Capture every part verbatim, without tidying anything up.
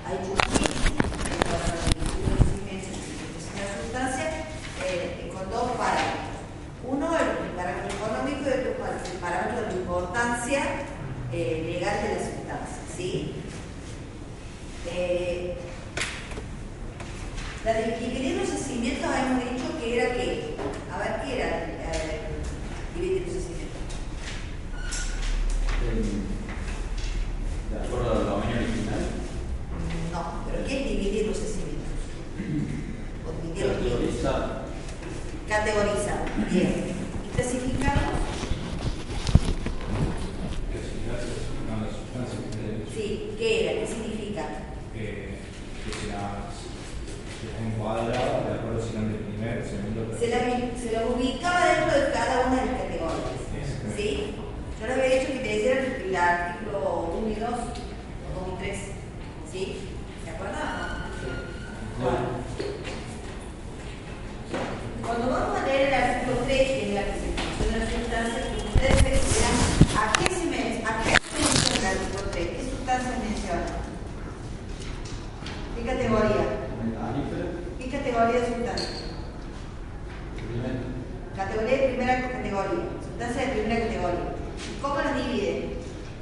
hay justicia para dividir los yacimientos de la sustancia eh, con dos parámetros. Uno, el parámetro económico y otro, el parámetro de importancia eh, legal de la sustancia, ¿sí? Eh, la de dividir los yacimientos habíamos dicho que era ¿qué? A ver, ¿qué era eh, dividir los yacimientos? ¿De acuerdo al dominio original? No, pero ¿qué es dividir los yacimientos? O dividir los Categorizar. Categorizar, bien. ¿Y clasificarlos? Clasificar las sustancias que Sí, ¿qué era? ¿Qué significa? que, que se las se las encuadraba de acuerdo si eran de primer, segundo, Se la, se la ubicaba dentro de cada una de las categorías. ¿Sí? Yo le había dicho que te decía el artículo uno y dos, o dos y tres. ¿Sí? ¿Se acuerdan? Bueno. Cuando vamos a leer el artículo tres, que es la clasificación de las sustancias, ustedes verán a qué se menciona, a qué se menciona el artículo tres, qué sustancias menciona. ¿Qué categoría? ¿Qué categoría de sustancia? Categoría de primera categoría. Sustancia de primera categoría. ¿Cómo las divide?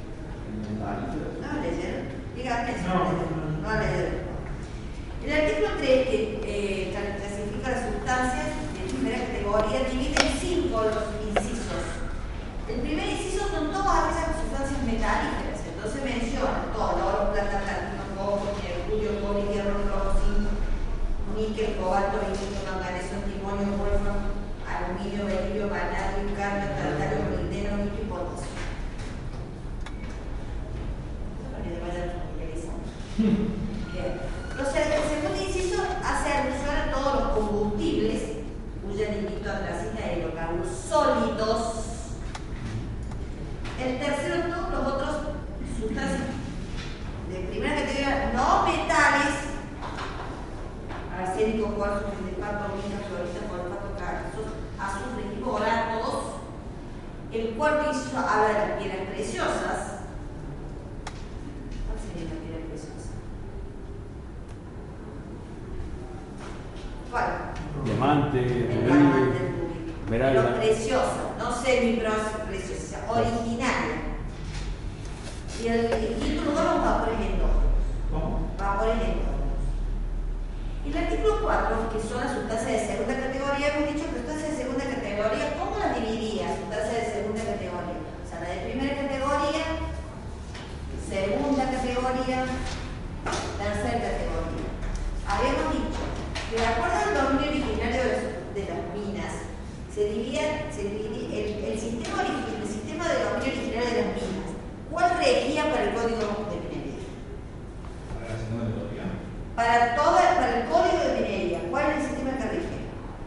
No leyeron. Díganme eso. No, no, no leyeron. El artículo tres, que eh, clasifica las sustancias de primera categoría, divide en cinco los incisos. El primer inciso son todas aquellas sustancias metalíferas. Entonces menciona todo: oro, plata, platino, cobre, mercurio, cobre, hierro, plomo, zinc, níquel, cobalto, vinilo, manganeso, antimonio, wolfram, aluminio, berilio, vanadio, cadmio, tantalo, molibdeno, níquel y potasio. Eso para que te vayan familiarizando. Bien. Entonces, el segundo inciso hace alusión a todos los combustibles cuya liquidez antracita de hidrocarburos sólidos. El tercero, todos los otros sustancias de primera categoría no metales: arsénico, cuarzo, fosfato, mica, clorita, fosfato, calcio, azufre y boratos. El cuarto inciso habla de las piedras preciosas. ¿Cuál sería la piedra preciosa? ¿Cuál? Diamante, El rubí, diamante, el rubí. esmeralda. Pero preciosa, no semi-preciosa, originaria. Y el, el quinto lugar los vapores endógenos. ¿Cómo? Vapores endógenos. Y el artículo cuatro, que son las sustancias de segunda categoría, hemos dicho que sustancias de segunda categoría, ¿cómo las dividiría? Sustancias de segunda categoría. O sea, la de primera categoría, segunda categoría, tercera categoría. Habíamos dicho que de acuerdo al dominio originario de las, de las minas, se dividía, se dividía el, el, sistema origin, el sistema de dominio originario de las minas. ¿Cuál regía para el código de minería? Para la segunda categoría. Para, toda, para el código de minería, ¿cuál es el sistema que rige?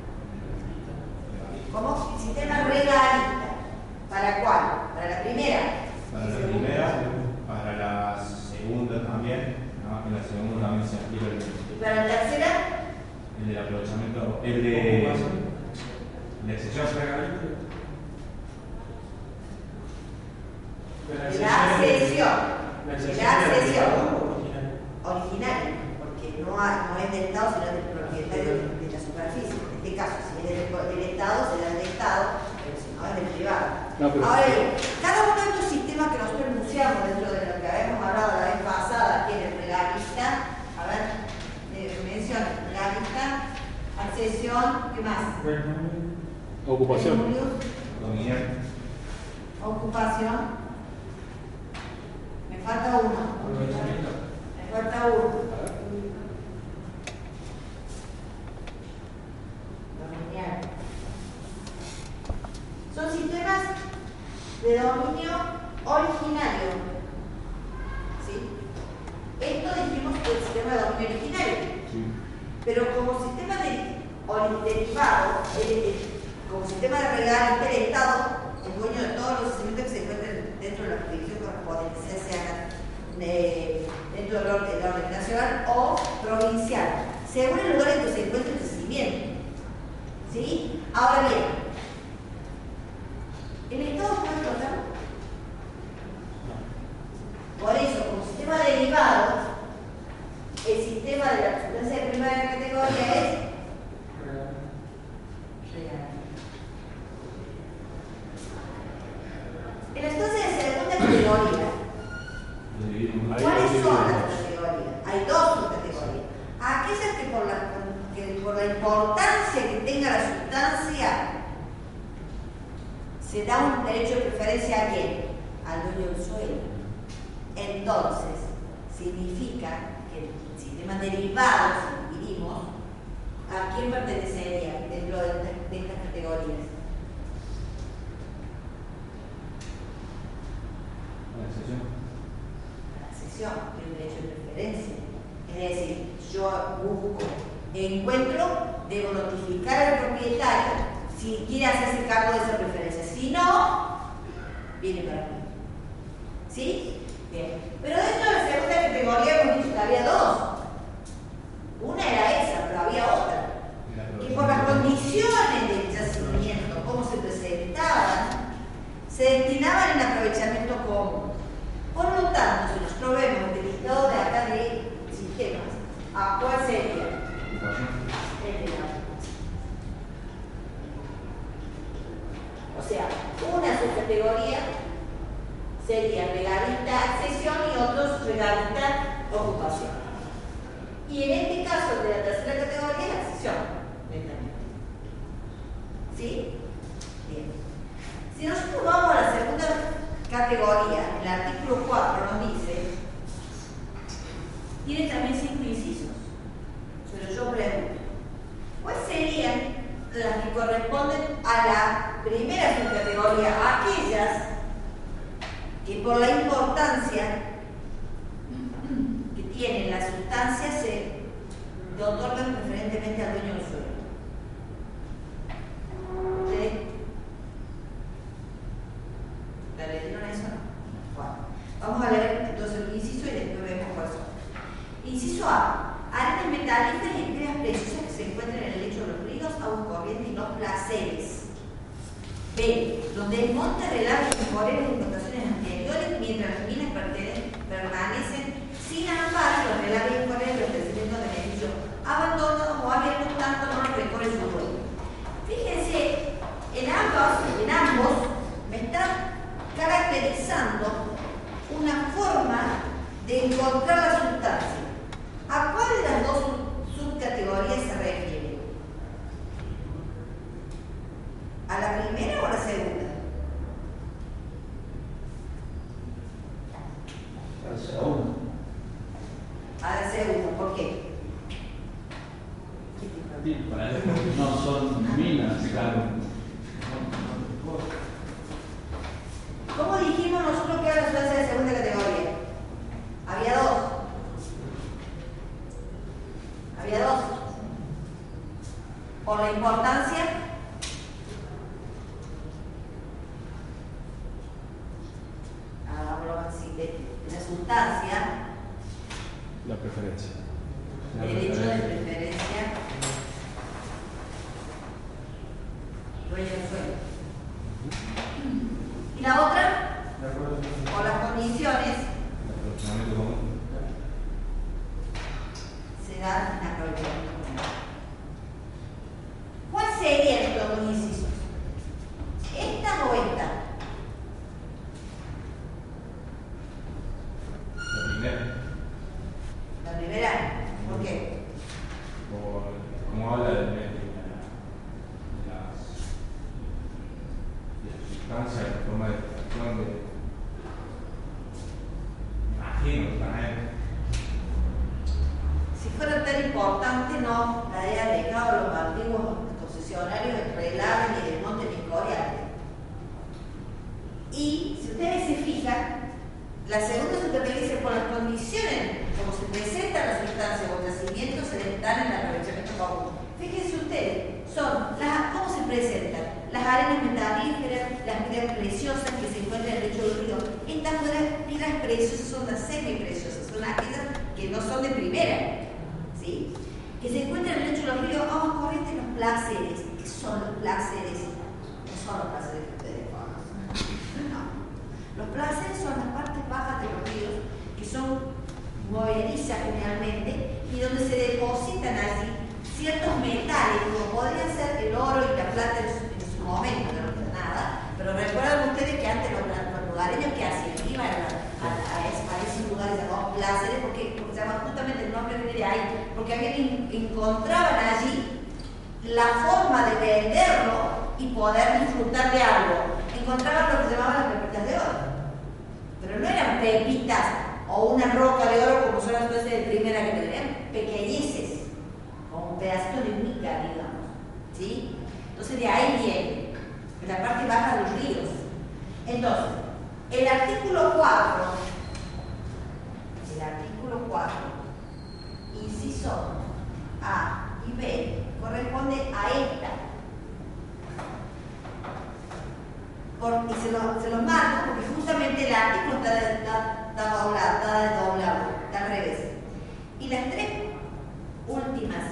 ¿Cómo? El sistema regalista. ¿Para cuál? Para la primera. Para la primera, para la segunda también. ¿No? En la segunda también se aplica el, ¿Y para la tercera? el del aprovechamiento, el de la excepción regalista. La accesión. La accesión originaria, porque no, ha, no es del Estado, sino del propietario de la superficie. En este caso, si es del, del Estado, será del Estado, pero si no es del privado. No, pero... Ahora bien, cada uno de estos sistemas que nosotros enunciamos dentro de lo que habíamos hablado la vez pasada, que era el regalista, a ver, eh, menciona, regalista, accesión, ¿qué más? Ocupación. Dominar. Ocupación. Me falta uno. Me falta uno. Dominar. Son sistemas de dominio originario. ¿Sí? Esto dijimos que el sistema de dominio originario. Sí. Pero como sistema de derivado, eh, como sistema de regalista, el Estado es dueño de todos los yacimientos que se encuentran dentro de la jurisdicción correspondiente, sea sea de, dentro del orden, del orden nacional o provincial, según el lugar en que se encuentra el yacimiento. ¿Sí? Ahora bien, ¿el Estado puede explotarlo? Por eso, como sistema derivado, importancia que tenga la sustancia, se da un derecho de preferencia a quién? Al dueño del suelo. Entonces, significa que el sistema derivado, si dividimos, ¿a quién pertenecería dentro de, de estas categorías? La excepción. La cesión, que es un derecho de preferencia. Es decir, yo busco, encuentro, debo notificar al propietario si quiere hacerse cargo de esa preferencia. Si no, viene para mí. ¿Sí? Bien. Pero dentro de la segunda categoría hemos dicho que había dos. Una era esa, pero había otra. Y por las condiciones del yacimiento, cómo se presentaban, se destinaban en aprovechamiento común. Por lo tanto, si nosotros vemos el listado de acá de sistemas, ¿a cuál sería? El de la ocupación. O sea, una subcategoría sería regalista accesión y otros regalista ocupación. Y en este caso, el de la tercera categoría es la accesión, netamente. ¿Sí? Bien. Si nosotros vamos a la segunda categoría, el artículo cuatro nos dice, tiene también cinco incisos. Pero yo pregunto, ¿cuáles serían las que corresponden a la primera subcategoría? Aquellas que por la importancia que tiene la sustancia se le otorgan preferentemente al dueño del suelo. ¿Ustedes la leyeron eso? Bueno, vamos a leer entonces el inciso y después vemos cuáles son. Inciso A. Arenas metálicas y piedras preciosas que se encuentran en el lecho de los ríos, aguas corrientes y los placeres. B. Donde el monte relata mejoreros de explotaciones anteriores mientras las minas permanecen sin amparo, los relaves y mejoreros de ofrecimiento de beneficios abandonados o abiertos tanto no los recorre su dueño. Fíjense, en ambos, en ambos me están caracterizando una forma de encontrar la sustancia. ¿A cuál de las dos subcategorías se refiere? ¿A la primera o a la segunda? A la segunda. A la segunda, ¿por qué? Sí, para eso no son minas, claro. ¿Cómo dijimos nosotros que era la sustancia de segunda categoría? Había dos. Había dos. Por la importancia hagámoslo así, de, de la sustancia, La preferencia. derecho de preferencia, dueño del suelo. Y la otra, por las condiciones, El aprovechamiento común. se da en aprovechamiento común. ¿Cuál serían estos dos incisos? ¿Esta o esta? La primera. La primera. ¿Por qué? Por cómo habla de, de, de, las, de la sustancia, de la forma de extracción, de. Imagino también. Si fuera tan importante, no la haya dejado a los antiguos concesionarios el relave y el monte Escorial. Y si ustedes se fijan, la segunda subcategoría dice por las condiciones como se presenta la sustancia o el yacimiento se les dan en el aprovechamiento común. Fíjense ustedes, son las, ¿cómo se presentan? Las arenas metalíferas, las piedras preciosas que se encuentran en el lecho del río. Estas piedras preciosas son las semipreciosas, son aquellas que no son de primera, ¿sí? Que se encuentran en el lecho del río, aguas corrientes y los placeres. ¿Qué son los placeres? No son los placeres que ustedes conocen. No. Los placeres son las partes bajas de los ríos, que son movedizas generalmente, y donde se depositan allí ciertos metales, como podrían ser el oro y la plata en su, en su momento, que no queda nada, pero recuerdan ustedes que antes los, los lugareños que hacían, iban a, a, a, esos, a esos lugares llamados placeres, porque, porque se llama justamente el nombre viene de ahí, porque habían, encontraban allí la forma de venderlo y poder disfrutar de algo, encontraban lo que llamaban las pepitas de oro. Pero no eran pepitas o una roca de oro como son las cosas de primera que tenían, pequeñeces, como un pedacito de mica, digamos. ¿Sí? Entonces de ahí viene, en la parte baja de los ríos. Entonces, el artículo cuatro, el artículo cuatro, inciso A y B, corresponde a esta. Por, y se los se lo marco porque justamente el artículo está, de, está, está doblado, está desdoblado, está al revés. Y las tres últimas,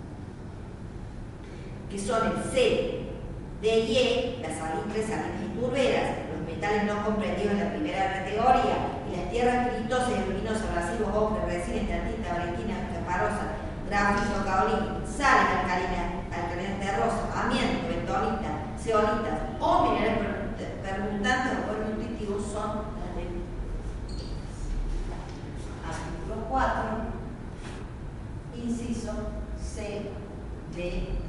que son el C, D y E, las salitres, salitres y turberas, los metales no comprendidos en la primera categoría, y las tierras piritosas y luminosas, racimos, ocre, resina, estatita, valentina, caparosa, grafito, caolín, sales alcalinas, alcalinas terrosas, amianto, bentonita, zeolitas o minerales permutantes o nutritivos son las de artículo cuatro, inciso C, D y E.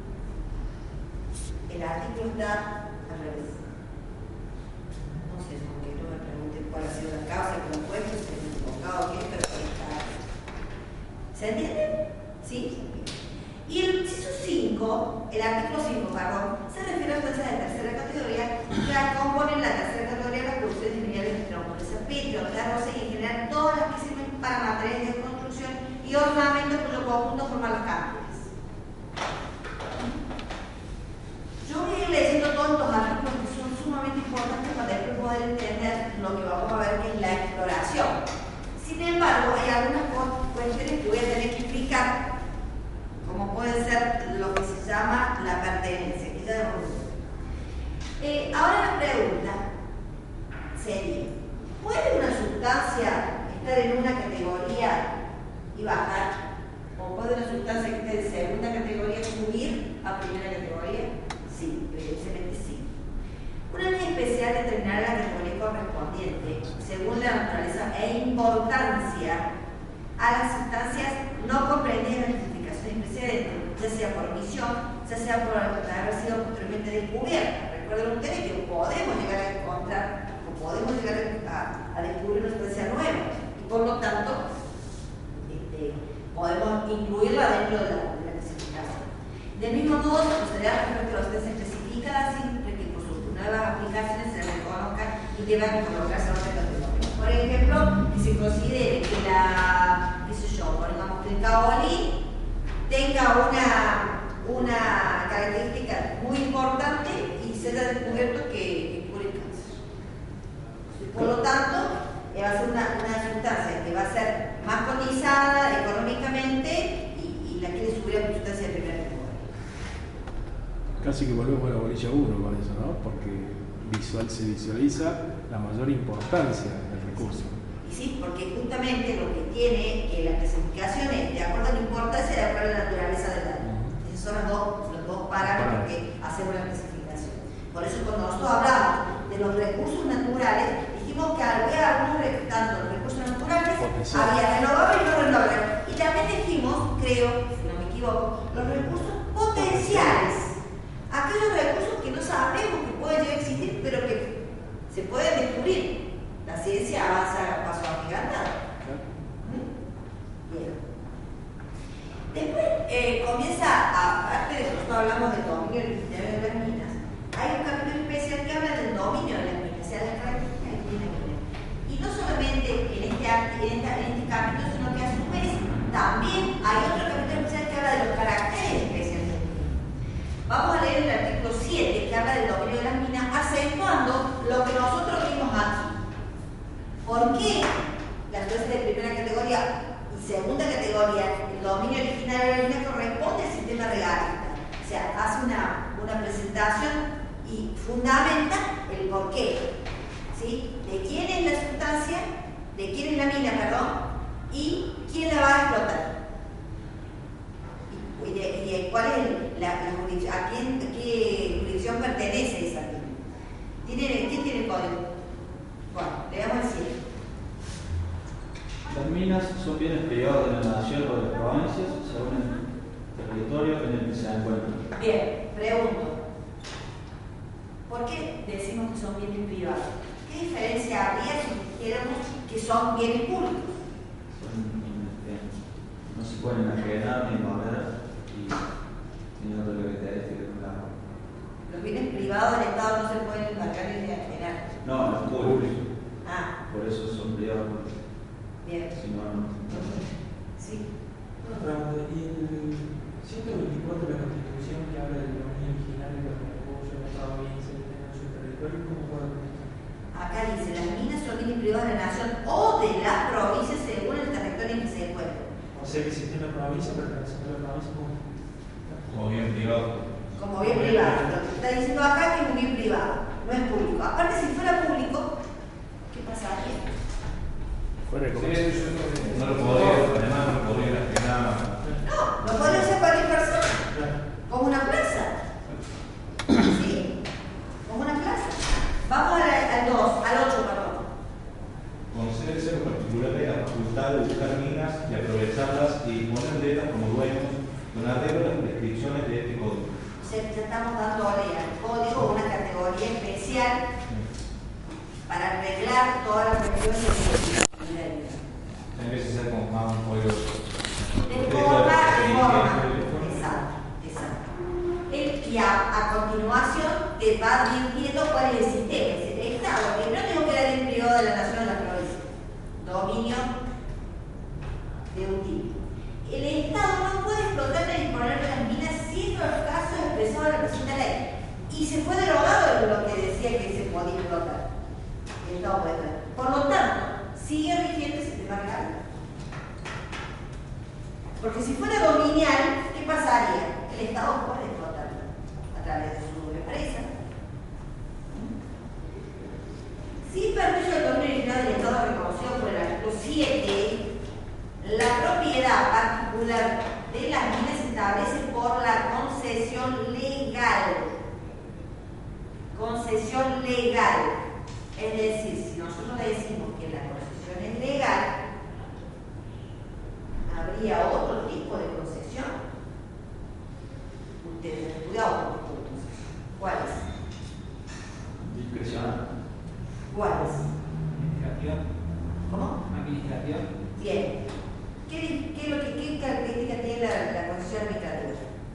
El artículo está al revés. No sé, porque no me pregunten cuál ha sido la causa que lo he puesto, si me he equivocado o qué, pero ahí está. ¿Se entiende? ¿Sí? Y el inciso cinco, el artículo cinco, perdón, se refiere a sustancias de tercera categoría que componen la tercera categoría de las producciones de minerales de trómboles, petro, terrosa y en general todas las que sirven para materiales de construcción y ornamentos cuyo conjunto forman las cántigas. Yo voy a ir leyendo todos estos artículos que son sumamente importantes para después poder entender lo que vamos a ver que es la exploración. Sin embargo, hay algunas cuestiones que voy a tener que explicar, como puede ser lo que se llama la pertenencia, que ya hemos visto. Eh, ahora la pregunta sería, ¿puede una sustancia estar en una categoría y bajar? ¿O puede una sustancia que esté en segunda categoría subir a primera categoría? Sí, evidentemente sí. Una ley especial determinará la categoría correspondiente según la naturaleza e importancia a las sustancias no comprendidas en la clasificación precedente, ya sea por omisión, ya sea por haber sido posteriormente descubierta. Recuerden ustedes que podemos llegar a encontrar o podemos llegar a, a descubrir una sustancia nueva y por lo tanto este, podemos incluirla dentro de la, de la clasificación. Del mismo modo, se procederá respecto a las sustancias especificadas siempre que por sus nuevas aplicaciones se reconozcan y deban colocarse en otra categoría. Por ejemplo, que se considere que la, qué sé yo, digamos que el caolín tenga una, una característica muy importante y se haya descubierto que, que cure el cáncer. Por lo tanto, eh, va a ser una, una sustancia que va a ser más cotizada económicamente y, y la quiere subir a una sustancia de primera categoría. Casi que volvemos a la bolilla uno con eso, ¿no? Porque visual se visualiza la mayor importancia del recurso. Y sí, porque justamente lo que tiene que la clasificación es de acuerdo a la importancia y de acuerdo a la naturaleza del daño. Esos son los dos, los dos parámetros que hacemos la clasificación. Por eso cuando nosotros hablamos de los recursos naturales, dijimos que había algunos recursos, tanto los recursos naturales, potencial, había renovables y no renovables. Y también dijimos, creo, si no me equivoco, los recursos potenciales. Aquellos recursos que no sabemos que pueden llegar a existir, pero que se pueden descubrir. La ciencia avanza a paso agigantado. Bien. Después eh, comienza, aparte de que nosotros hablamos del dominio originario de las minas, hay un capítulo especial que habla del dominio de las minas, o sea, las características que tiene la mina. Y no solamente en este, en, esta, en este capítulo, sino que a su vez también hay otro capítulo especial que habla de los caracteres especiales de las minas. Vamos a leer el artículo siete que habla del dominio de las minas, acentuando lo que nosotros vimos aquí. ¿Por qué las clases de primera categoría y segunda categoría, el dominio original de la mina corresponde al sistema regalista? O sea, hace una, una presentación y fundamenta el porqué, ¿sí? De quién es la sustancia, de quién es la mina, perdón, y quién la va a explotar. Y, y, de, y de cuál es la, la jurisdicción, a quién, a qué jurisdicción pertenece esa mina. ¿Tiene, ¿Quién tiene el código? Bueno, leamos el siete. Las minas son bienes privados de la nación o de las provincias según el territorio en el que se encuentran. Bien, pregunto. ¿Por qué decimos que son bienes privados? ¿Qué diferencia habría si dijéramos que son bienes públicos? Son, eh, no se pueden enajenar ni mover y ni otra característica de la. Los bienes privados del Estado no se pueden embarcar ni enajenar. No, los públicos. Ah, Por eso son privados. bien. Si no, no. Sí. Una pregunta, y el ciento veinticuatro de la Constitución que habla del dominio original de los recursos de la provincia que tengan su territorio, ¿cómo puede contestar? Acá dice, las minas son bienes privados de la nación o de la provincia según el territorio en que se encuentren. O sea que si está en la provincia, perteneciente a la provincia, ¿cómo? Como bien privado. Como bien privado. Lo que está diciendo acá es que es un bien privado, no es público. Aparte, si fuera público, ¿qué pasaría? Fuera de comercio. No lo podría, además no lo podría enajenar. No, lo podría hacer cualquier persona, como una plaza. Sí, como una plaza. Vamos al, al dos, al ocho, perdón. Concederse a los particulares la facultad de buscar minas y aprovecharlas y poner de ellas como dueños con arreglo a las prescripciones de este código. O sea, ya estamos dándole al código una categoría especial para arreglar todas las cuestiones de En vez de ser como más un código. de forma, de forma. Exacto, exacto. El, y a, a continuación te va advirtiendo cuál es el sistema. Es el Estado. Primero tengo que dar el privado de la nación a la provincia. Dominio de un tipo. El Estado no puede explotar ni disponer de las minas siendo el caso expresado en la presente ley. Y se fue derogado lo que decía que se podía explotar. El Estado puede explotar. Por lo tanto, sigue vigente ese tema legal. Porque si fuera dominial, ¿qué pasaría? El Estado puede explotar a través de su empresa. Sin permiso del dominio original del Estado reconocido por el artículo siete, la propiedad particular de las minas se establece por la concesión legal. Concesión legal. Es decir, si nosotros decimos que la concesión es legal, habría otro tipo de concesión. Ustedes han estudiado otro tipo de concesión. ¿Cuál es? Discrecional. ¿Cuál es? Administrativa. ¿Cómo? Administrativa. Bien. ¿Qué, qué, es lo que, qué característica tiene la, la concesión administrativa?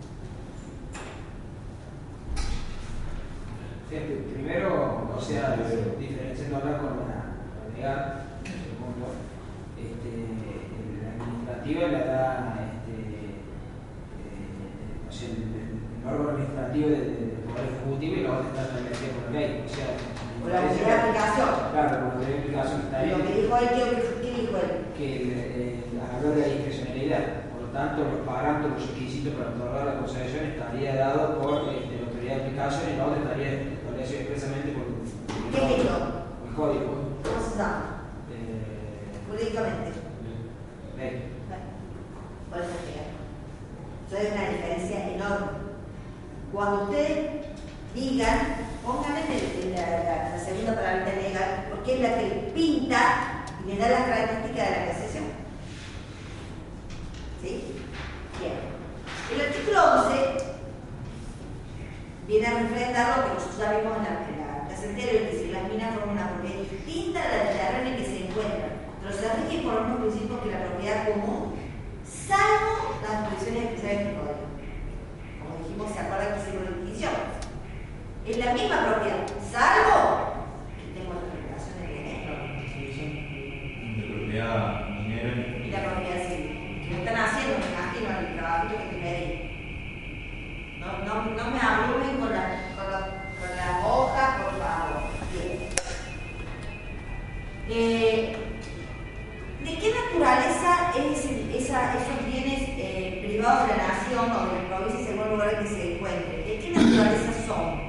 Fíjate, primero, o sea, diferenciándola con la, la legal, supongo, este, la administrativa la da este, eh, o sea, el, el, el órgano administrativo del de, de Poder Ejecutivo y la otra está establecida por la ley. O sea, Por la unidad de aplicación. Claro, por la unidad de aplicación está ahí. Lo que dijo él, ¿qué, qué dijo él? Que eh, habla de la discrecionalidad. Por lo tanto, los parámetros, los requisitos para otorgar la concesión estaría dado por este, la autoridad de aplicación y la otra estaría establecido expresamente por, por ¿Qué es esto? el código. ¿Cómo se llama? Eh, Jurídicamente. ley. Por eso es legal. Eso es una diferencia enorme. Cuando ustedes digan, pónganle la, la, la segunda palabra legal, porque es la que pinta y le da las características de la concesión. ¿Sí? Bien. El artículo once viene a refrendar lo que nosotros ya vimos en la, en la clase anterior, que si las minas forman una propiedad distinta a la del terreno en que se encuentran, pero se rigen por los mismos principios que la propiedad común, salvo las condiciones especiales del código. Como dijimos, se acuerdan que hicimos la distinción. Es la misma propiedad, salvo que tengo las regulaciones de dinero De propiedad minera y la propiedad civil. Que me están haciendo, me imagino, el trabajito que te pedí. No, no, no me abrumen con, la, con, la, con las hojas, por favor. Bien. Eh, ¿De qué naturaleza es esa, esos bienes eh, privados de la nación o de la provincia según el lugar en que se encuentren? ¿De qué naturaleza son?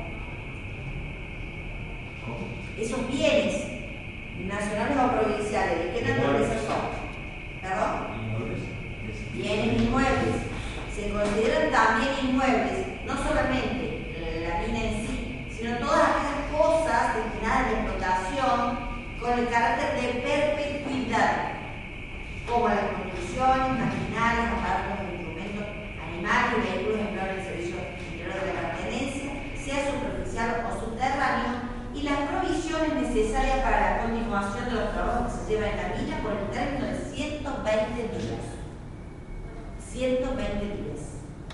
Esos bienes nacionales o provinciales, ¿de qué naturaleza son? ¿Perdón? Bienes inmuebles. Se consideran también inmuebles, no solamente la mina en sí, sino todas aquellas cosas destinadas a la explotación con el carácter de perpetuidad, como las construcciones, maquinarias, aparatos e instrumentos animales y vehículos empleados en el servicio interior de la pertenencia, sea superficial o subterráneo, y las provisiones necesarias para la continuación de los trabajos que se llevan en la mina por el término de ciento veinte días. ciento veinte días.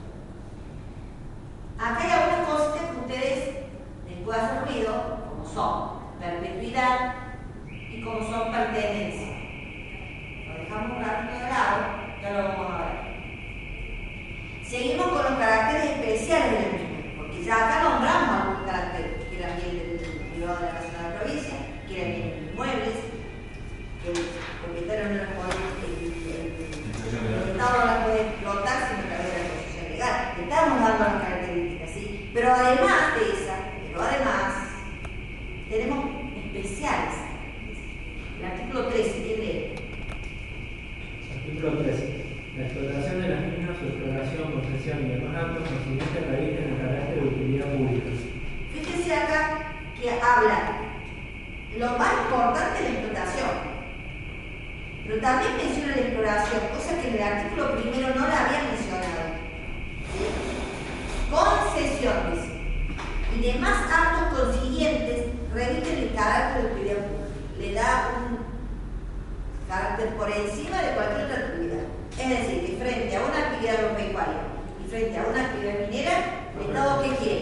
Acá hay algunas cosas que ustedes les puede hacer ruido, como son perpetuidad y como son pertenencia. Lo dejamos un ratito de lado, ya lo vamos a ver. Seguimos con los caracteres especiales del mismo, porque ya acá nombramos algún carácter, que era bien del privado de la nación de la provincia, que era bien de inmuebles, que el propietario no los puede, el, el, el Estado no la puede explotar sin que haya la posición legal. Le estamos dando las características, ¿sí? Pero además de esa, pero además, tenemos especiales. El artículo trece, ¿quién lee? Artículo trece. La explotación de las minas, su exploración, concesión y demás actos consiguientes revisten el carácter de utilidad pública. Fíjense acá que habla lo más importante de la explotación, pero también menciona la exploración, cosa que en el artículo primero no la había mencionado. ¿Sí? Concesiones y demás actos consiguientes revisten el carácter de utilidad pública. Le da un carácter por encima de cualquier otra actividad. Es decir, que frente a una actividad agropecuaria y frente a una actividad minera, ¿el Estado qué quiere?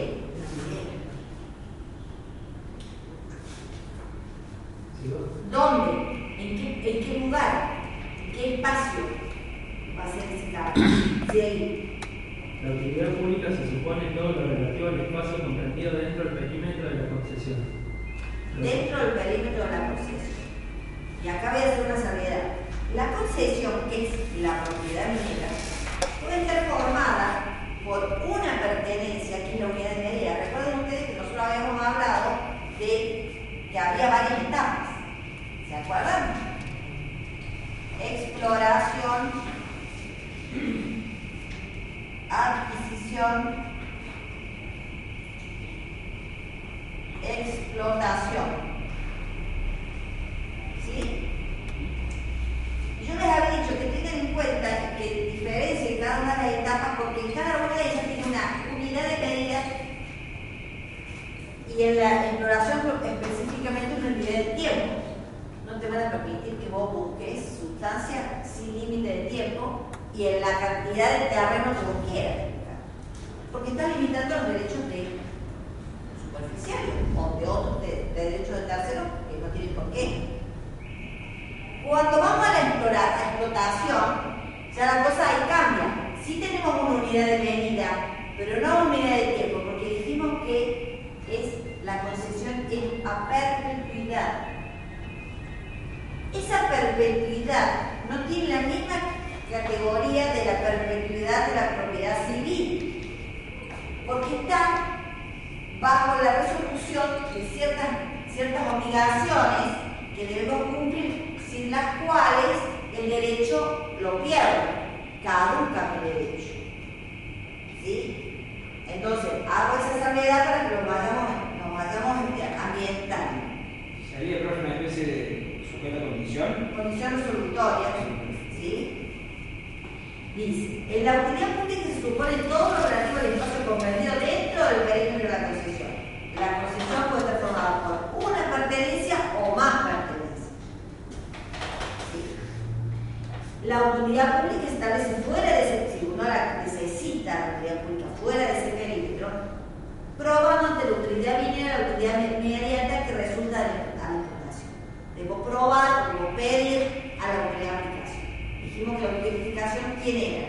¿Dónde? ¿En qué, en qué lugar? ¿En qué espacio va a ser ese carácter? Sí. La utilidad pública se supone todo lo relativo al espacio comprendido dentro del perímetro de la concesión. Dentro del perímetro de la concesión. Y acá voy a hacer una salvedad. La concesión, que es la propiedad minera, puede estar formada por una pertenencia, que es la unidad de medida. Recuerden ustedes que nosotros habíamos hablado de que había varias etapas. ¿Se acuerdan? Exploración, adquisición, explotación. ¿Sí? Yo les había dicho que tengan en cuenta que diferencien cada una de las etapas, porque cada una de ellas tiene una unidad de medida y en la exploración específicamente una unidad de tiempo. No te van a permitir que vos busques sustancia sin límite de tiempo y en la cantidad de terreno que vos quieras, porque estás limitando los derechos de superficiales o de otros de, de derechos de terceros que no tienen por qué. Cuando vamos a la explorar, a explotación, ya la cosa ahí cambia. Sí tenemos una unidad de medida, pero no una unidad de tiempo, porque dijimos que es la concesión es a perpetuidad. Esa perpetuidad no tiene la misma categoría de la perpetuidad de la propiedad civil, porque está bajo la resolución de ciertas, ciertas obligaciones que debemos cumplir, sin las cuales el derecho lo pierde, caduca el derecho. ¿Sí? Entonces, hago esa salvedad para que nos vayamos, nos vayamos ambientando. ¿Sería, profe, una especie de sujeta condición? Condición resolutoria, ¿sí? Dice, en la utilidad pública se supone todo lo relativo al espacio comprendido dentro del perímetro de la concesión. La concesión puede estar formada por una pertenencia o más pertenencias. ¿Sí? La utilidad pública se establece fuera de ese, si uno la necesita la utilidad pública fuera de ese perímetro, probando ante la utilidad minera la utilidad inmediata que resulta de la explotación. Debo probar, debo pedir a la utilidad aplicación. Dijimos que la utilidad, ¿quién era?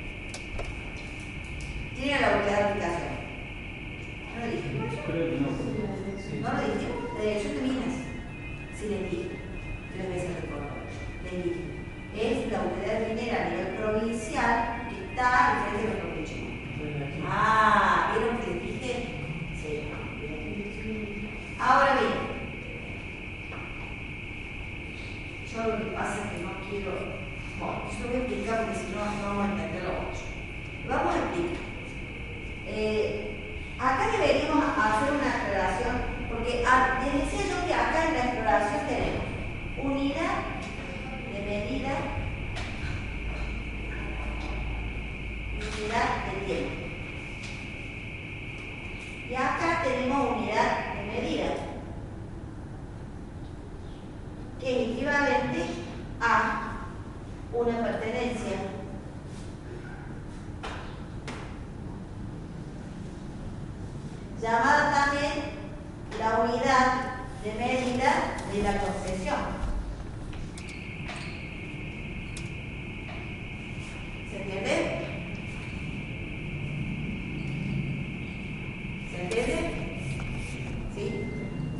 ¿Quién era la utilidad de aplicación? ¿No lo dijimos? Creo que no. ¿No lo dijimos? La dirección de minas. Sí, les dije. Tres veces recuerdo. Les dije. Es la utilidad minera a nivel provincial que está en frente de los provinciales. Ah, ¿vieron que les dije? Sí. Ahora bien, yo lo que pasa es que no quiero. Bueno, yo lo voy a explicar porque si no, no vamos a entender lo otro. Vamos a explicar. Eh, acá deberíamos hacer una aclaración, porque ah, les decía yo que acá en la exploración tenemos unidad de medida, unidad de tiempo. Y acá tenemos unidad de medida, que es equivalente a una pertenencia. Llamada también la unidad de medida de la concesión. ¿Se entiende? ¿Se entiende? ¿Sí?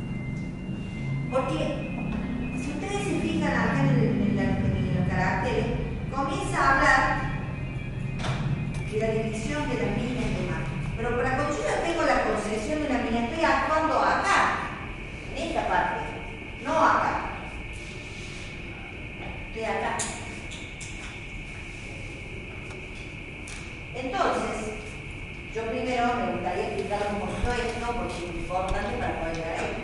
Porque si ustedes se fijan acá en, el, en, la, en los caracteres, comienza a hablar de la división de las líneas y demás. Pero para cuando yo ya tengo la concesión de la mina, estoy actuando acá, en esta parte, no acá. Estoy acá. Entonces, yo primero me gustaría explicar un poquito esto porque es importante para poder llegar a esto.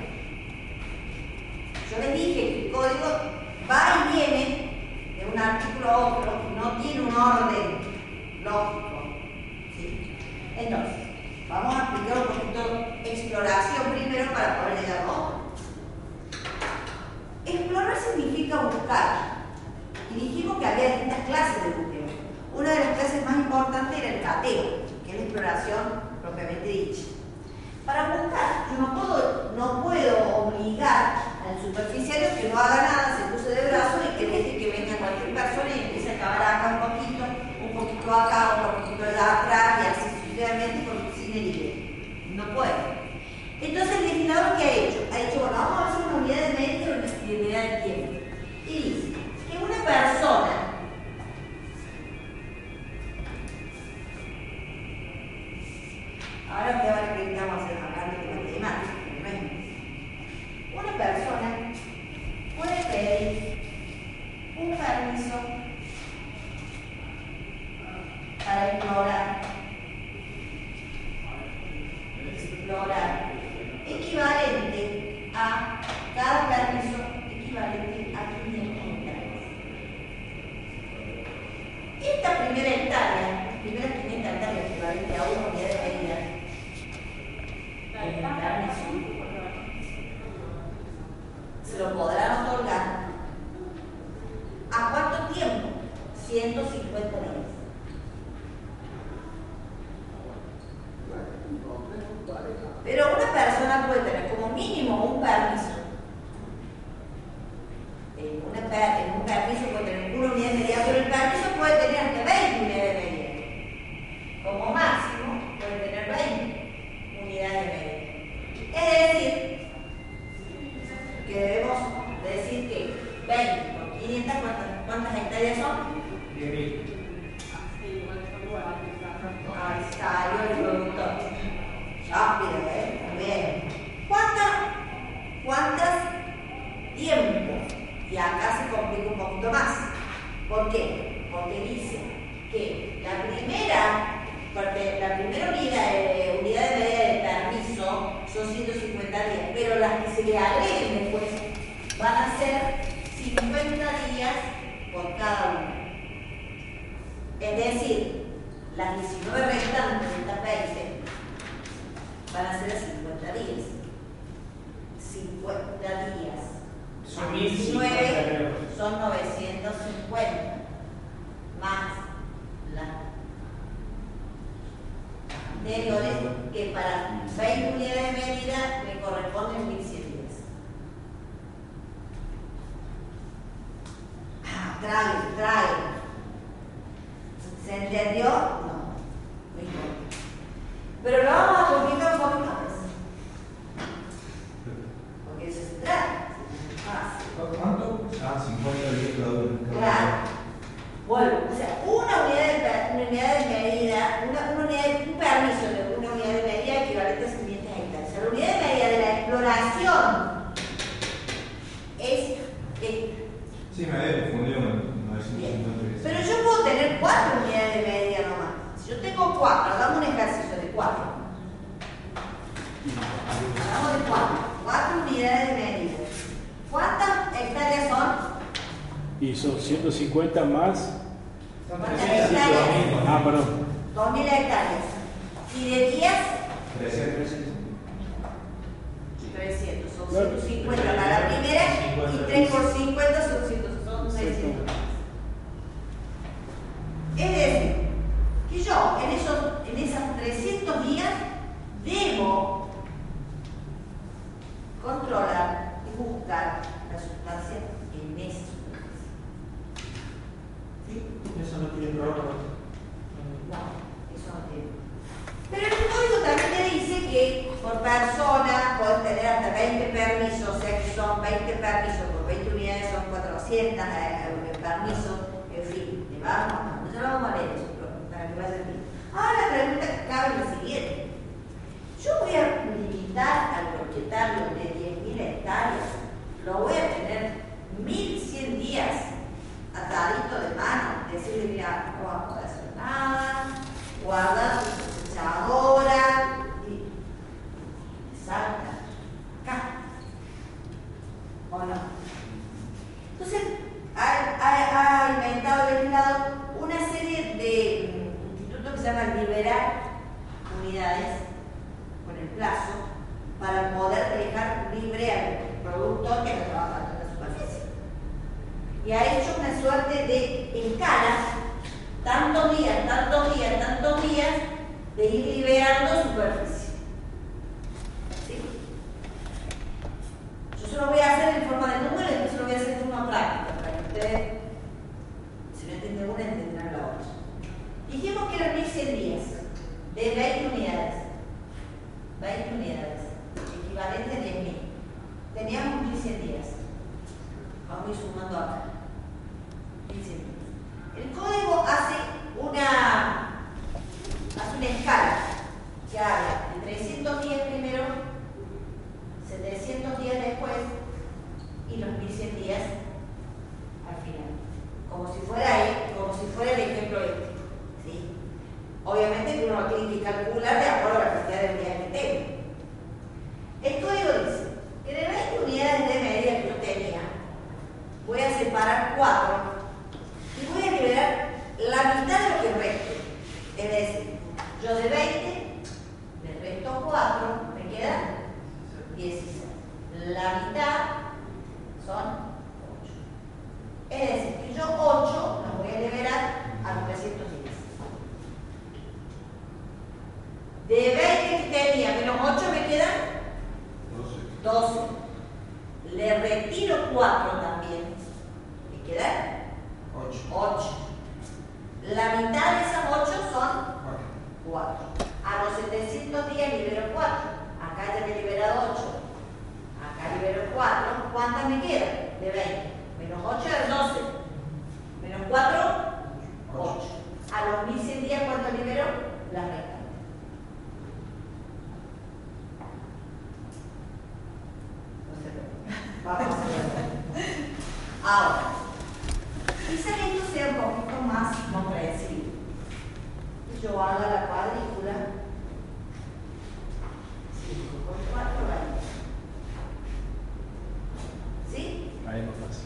Yo les dije que el código va y viene de un artículo a otro y no tiene un orden lógico. ¿Sí? Entonces, vamos a explicar un poquito exploración primero para poder llegar a otro. Explorar significa buscar. Y dijimos que había distintas clases de búsqueda. Una de las clases más importantes era el cateo, que es la exploración propiamente dicha. Para buscar, yo no puedo, no puedo obligar al superficiario que no haga nada, se puse de brazo y que deje que venga cualquier persona y empiece a acabar acá un poquito, un poquito acá, otro poquito allá atrás y así sucesivamente sin herir. No puede. Entonces el legislador, ¿qué ha hecho? Ha dicho, bueno, vamos a hacer una unidad de medida y una unidad de tiempo. Y dice que una persona ahora voy a ver que estamos hablando de matemáticas, no es más. Una persona puede pedir un permiso para explorar, explorar, equivalente a cada permiso equivalente a quinientas hectáreas. Esta primera hectárea, las primeras quinientas hectáreas equivalente a una unidad de medida, se lo podrán otorgar ¿a cuánto tiempo? ciento cincuenta días. Pero una persona puede tener como mínimo un permiso. En, una, en un permiso puede tener una unidad de medida, pero el permiso puede tener hasta veinte unidades de medida. Como máximo puede tener veinte unidades de medida. Es decir, que debemos decir que veinte por quinientas, ¿cuántas, cuántas hectáreas son? diez mil. Ahí salió el productor. Rápido, ¿eh? Muy bien. ¿Cuántas? ¿Cuántas tiempos? Y acá se complica un poquito más. ¿Por qué? Porque dice que la primera, la primera unidad de, unidad de medida de permiso son ciento cincuenta días, pero las que se le agreguen después van a ser cincuenta días por cada una. Es decir, las diecinueve restantes de estas veinte van a ser a cincuenta días. cincuenta días. Son diecinueve son novecientos cincuenta. Más las anteriores, que para veinte unidades de medida me corresponden mil cien días. Ah, trae, trae. ¿Se entendió? No. No importa. Pero lo vamos a complicar un poquito más. Porque eso se trata. Ah, ¿Cuánto? Ah, cincuenta días cada uno. claro. Bueno, o sea, una unidad de, una unidad de medida, una, una unidad de, un permiso de una unidad de medida equivalente a quinientas hectáreas. O sea, la unidad de medida de la exploración es, es Sí, me había confundido con novecientos cincuenta días. pero yo puedo tener cuatro unidades de medida nomás. Si yo tengo cuatro, hagamos un ejercicio de cuatro. Hagamos de cuatro. Cuatro unidades de medida. ¿Cuántas hectáreas son? Y son ciento cincuenta más. ¿Cuántas hectáreas? Ah, perdón. dos mil hectáreas. Y de días, trescientos. trescientos, son Claro. ciento cincuenta para la primera y tres por cincuenta son ciento, son seiscientos. Es decir, que yo en esos, en esos trescientos días debo controlar y buscar la sustancia en esa superficie. ¿Sí? Eso no tiene prórroga. No, eso no tiene. Pero el código también te dice que por persona puedes tener hasta veinte permisos, o sea que son veinte permisos, por veinte unidades son cuatrocientos eh, permisos, en fin, te vamos, no ya vamos a leer eso, pero para que vaya bien. Ahora la pregunta que cabe es la siguiente. Yo voy a limitar al propietario de diez mil hectáreas, lo voy a tener mil cien días atadito de mano, decirle, mira, no vas a poder hacer nada, guarda tu cosechadora y salta acá. ¿O no? Entonces, ha, ha, ha inventado el legislador una serie de institutos que se llaman liberar unidades con el plazo para poder dejar libre al productor que está trabajando en la superficie. Y ha hecho una suerte de escala, tantos días, tantos días, tantos días, de ir liberando superficie. ¿Sí? Yo se lo voy a hacer en forma de número y después se lo voy a hacer en forma práctica, para que ustedes, si no entienden una, entenderán la otra. Dijimos que eran mil cien días, de veinte unidades. veinte unidades, equivalente a diez mil. Teníamos mil cien días. Vamos a ir sumando acá. mil cien días. El código hace una, hace una escala que habla de trescientos días primero, setecientos días después y los mil cien días al final. Como si fuera, como si fuera el ejemplo este. ¿Sí? Obviamente que uno lo tiene que calcular de acuerdo a la cantidad de unidades que tenga. El código dice que de veinte unidades de medida que yo tenía, voy a separar cuatro y voy a liberar la mitad de lo que reste. Es decir, yo de veinte le resto cuatro, me quedan dieciséis. La mitad son ocho. Es decir, que yo ocho los voy a liberar a los trescientos días. De veinte que tenía menos ocho me quedan doce. Le retiro cuatro también. Me quedan ocho. La mitad de esas ocho son cuatro. A los setecientos días libero cuatro. Acá ya me he liberado ocho. Acá libero cuatro. ¿Cuántas me quedan? De veinte. Menos ocho es doce. Menos cuatro, ocho. A los mil cien días, ¿cuánto libero? Las restantes. Vamos a ver. Ahora, quizás esto sea un poquito más comprensible. Yo hago la cuadrícula cinco por cuatro, ¿sí? Ahí no pasa.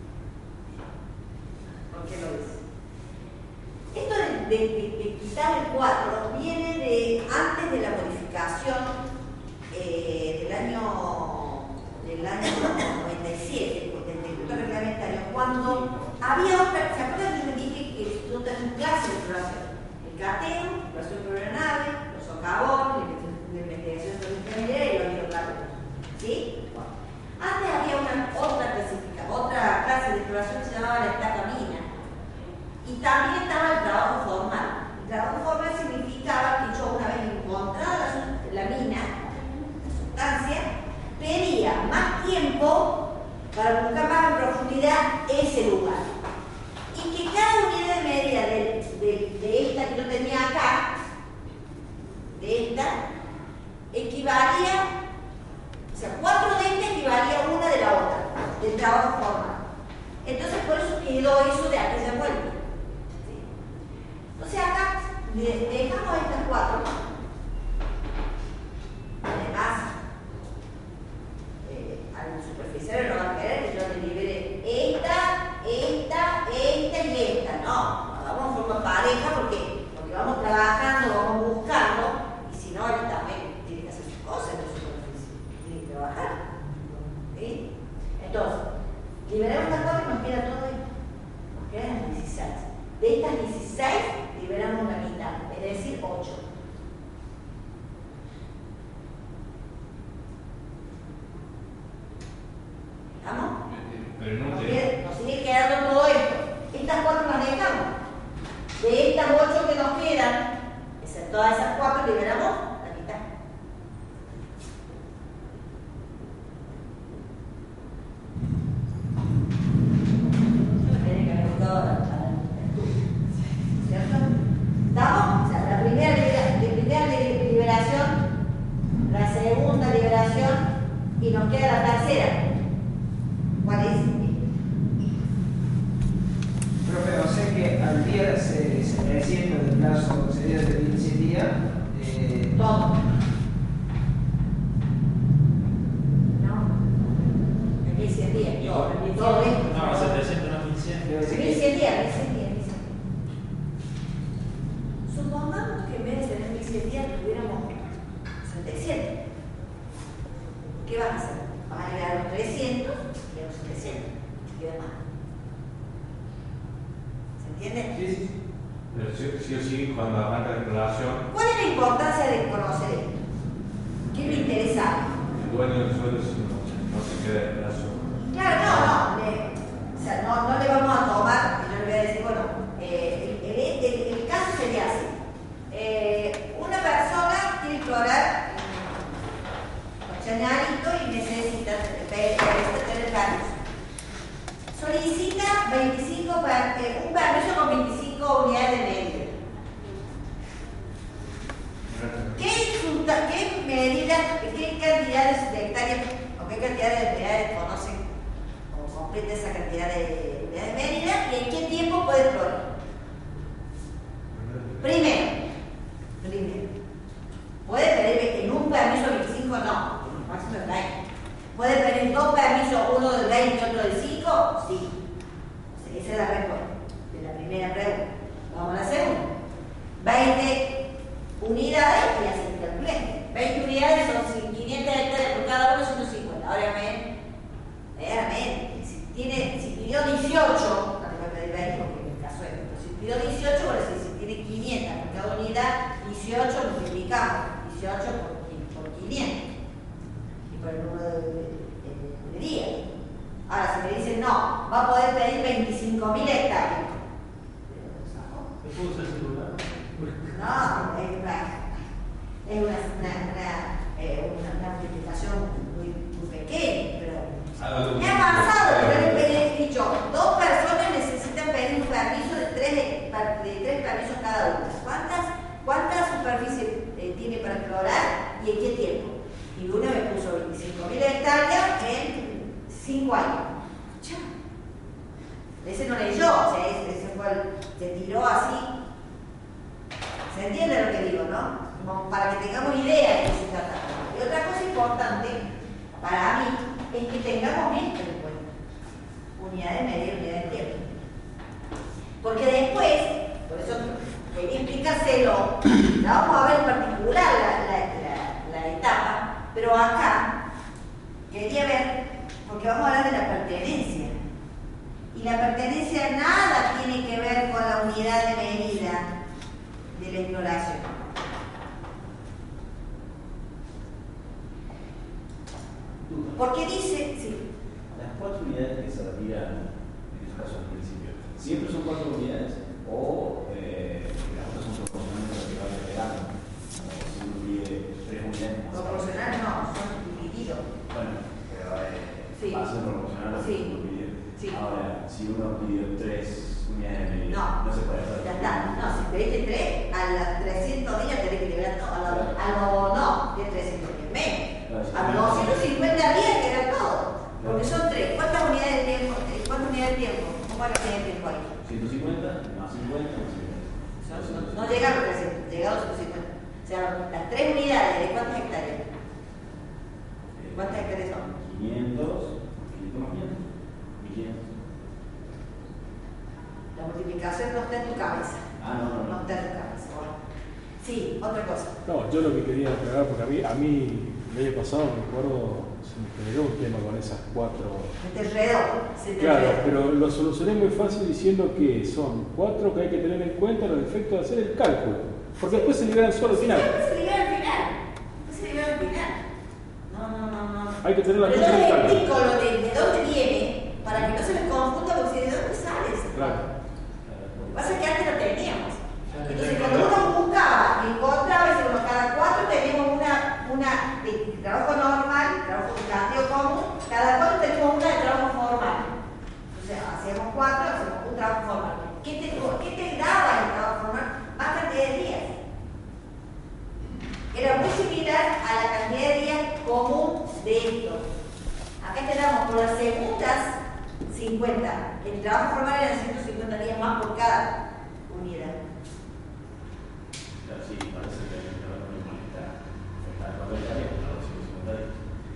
¿Por qué lo dice? Esto de, de, de, de quitar el cuatro viene de antes de la modificación eh, del año del año noventa y siete, del decreto reglamentario, cuando había otra, ¿se acuerdan que yo les dije que yo tengo clases de exploración? El cateo, exploración por aeronave, los socavones, la investigación sobre ingeniería y los hidrocarburos. ¿Sí? Bueno. Antes había una otra clasificación, otra clase de exploración que se llamaba la estaca mina. Y también estaba el trabajo formal. El trabajo formal significaba que yo, una vez encontrada la, la mina, la sustancia, pedía más tiempo para buscar más en profundidad ese lugar. Y que cada unidad de medida de, de, de esta que yo tenía acá, de esta, equivalía, o sea, cuatro de estas equivalía a una de la otra, del trabajo formal. Entonces, por eso quedó eso de aquella vuelta. ¿Sí? Entonces, acá dejamos estas cuatro. Además, al superficial no va a querer que yo le libere esta, esta, esta y esta. No, vamos a formar pareja porque, porque vamos a trabajar dieciséis, liberamos la mitad, es decir, ocho. ¿Estamos? Pero no Nos, te... queda- nos sigue quedando todo esto. Estas cuatro las dejamos. De estas ocho que nos quedan, es- todas esas cuatro liberamos la mitad. Yo me tenía que haber buscado a la- a la- ¿cierto? ¿Estamos? O sea, la primera, libera- la primera li- liberación, la segunda liberación y nos queda la tercera. ¿Cuál es? Profe, o sea que al día se, se desciende del plazo, sería de veintisiete días. Eh, Todo. No. En mil cien días. Todo. Todo esto. No, setecientos, no mil cien. debe ser mil que- cien días, mil cien días, mil cien días. Supongamos que en vez de tener mil cien días tuviéramos setecientos. ¿Qué vas a hacer? Vas a llegar a los trescientos y a los setecientos. Queda más. ¿Se entiende? Sí, sí. Pero sí, sí o sí, cuando arranca la exploración, ¿Cuál es la importancia de conocer esto? ¿Qué me interesa? el dueño del suelo sí no, no se queda en plazo. Claro, no, no. le- o sea, no, no le vamos a tomar, y yo le voy a decir, bueno, eh, el, el- el- el caso sería así. Eh, una persona quiere explorar Chañarito y necesita tener permiso. Solicita veinticinco, per- eh, un permiso con veinticinco unidades de medida. ¿Qué, fruta- qué medida, qué cantidades de hectáreas o qué cantidad de unidades conocen o completa esa cantidad de unidades de medida y en qué tiempo puede explorar? Primero, primero, puede pedir en un permiso veinticinco, no, en un máximo de veinte. ¿Puede pedir dos permisos, uno del veinte y otro del cinco? Sí. O sea, esa es la respuesta de la primera pregunta. Vamos a la segunda. veinte unidades y así calculé. veinte unidades son quinientas hectáreas por cada uno, ciento cincuenta. Ahora me, ahora me, si, tiene, si pidió dieciocho, no te voy a pedir veinte porque en el caso es, pero si pidió dieciocho, bueno, si, si tiene quinientas por cada unidad, dieciocho multiplicamos dieciocho por, por quinientos y por el número de, de, de- de días. Ahora, si me dicen no, va a poder pedir veinticinco mil hectáreas. ¿Te puedo usar el celular? No, es una, es una, una, una, eh, una, una multiplicación muy, muy pequeña, pero Algo me ha pasado que me he dicho, dos personas necesitan pedir un permiso de tres, de, de tres permisos cada una. ¿Cuántas, cuántas superficies eh, tiene para explorar y en qué tiempo? Y uno me puso veinticinco mil hectáreas en cinco años. Chao. Ese no leyó, o sea, ese, ese fue el, se tiró así. ¿Se entiende lo que digo, no? Como para que tengamos idea de qué se trata. Y otra cosa importante para mí es que tengamos esto en cuenta. Unidad de medida y unidad de tiempo. Porque después, por eso quería explicárselo, la vamos a ver en particular la, la, la, la etapa, pero acá quería ver, porque vamos a hablar de la pertenencia. Y la pertenencia nada tiene que ver con la unidad de medida de la exploración. Porque dice, sí, Las cuatro unidades que se retiran, en este caso al principio, ¿siempre son cuatro unidades? ¿O eh, las otras son proporcionales a lo que va esperando? Como si uno pide tres unidades más. proporcional no, son divididos. Bueno, pero eh, Sí. va a ser proporcional a lo que Sí. uno pide. Sí. Ahora, si uno pide tres unidades de medida, No, no se puede hacer. ya está. No, si pediste tres, a las trescientos días tenés que liberar todo. A lo, a lo no, de trescientos días menos. A los doscientos cincuenta días que era todo. Porque son tres. ¿Cuántas unidades de tiempo? ¿Cuántas unidades de tiempo? ¿Cómo es la unidad de tiempo ahí? ciento cincuenta, más cincuenta, más No, cincuenta. no llega a los trescientos, llega a los ciento cincuenta. O sea, las tres unidades de cuántas hectáreas. ¿Cuántas hectáreas son? quinientos, quinientos más quinientos, mil quinientos. La multiplicación no está en tu cabeza. Ah, no, no, No no. está en tu cabeza. Bueno. Sí, otra cosa. No, yo lo que quería aclarar, porque a mí, a mí el año pasado me acuerdo, se me generó un tema con esas cuatro. Se te enredó, se te Claro, enredó. pero lo solucioné muy fácil diciendo que son cuatro que hay que tener en cuenta los efectos de hacer el cálculo. Porque después se liberan solo al final. Después se libera al final. Después se libera al final. No, no, no, no. Hay que tener la Pero cosa yo en les cálculo. explico lo de, de dónde viene, para que no se les confunda, porque si de dónde sale ese Claro. Lo que pasa es que antes lo teníamos. Entonces, cuando uno buscaba y encontraba, y como cada cuatro teníamos una, una de trabajo normal, trabajo de planteo común, cada cuatro teníamos una de trabajo formal. Entonces, hacíamos cuatro, hacíamos un trabajo formal. ¿Qué te, qué te daba el trabajo formal? Más cantidad de días. Era muy similar a la cantidad de días común de esto. Acá tenemos por las segundas cincuenta. El trabajo formal era ciento cincuenta días más por cada unidad. Claro, sí, parece que el trabajo normal está está en cuatro días, está en ciento cincuenta días.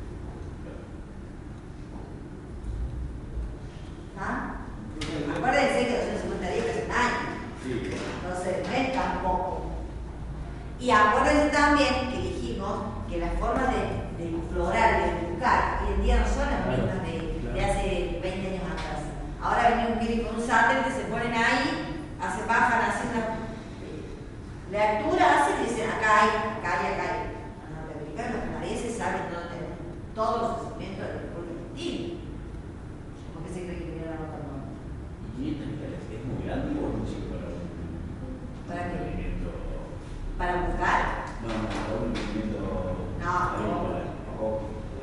¿Ah? Acuérdense que doscientos cincuenta días es un año. Sí, claro. Entonces, no es tampoco. Y acuérdense también que dijimos que las formas de, de explorar, de buscar, hoy en día no son las mismas de, de hace veinte años atrás. Ahora viene un viene con un satélite, se ponen ahí, hace, bajan, hacen una lectura, hacen y dicen acá hay, acá hay, acá hay. No, te explican los canadienses saben dónde tener todos los conocimientos del pueblo argentino. ¿Por qué se cree que viene la nota no? ¿Y es muy grande o no sirve para un ¿Para qué? movimiento? Para buscar. No, no, para un movimiento. No, agrícola, o-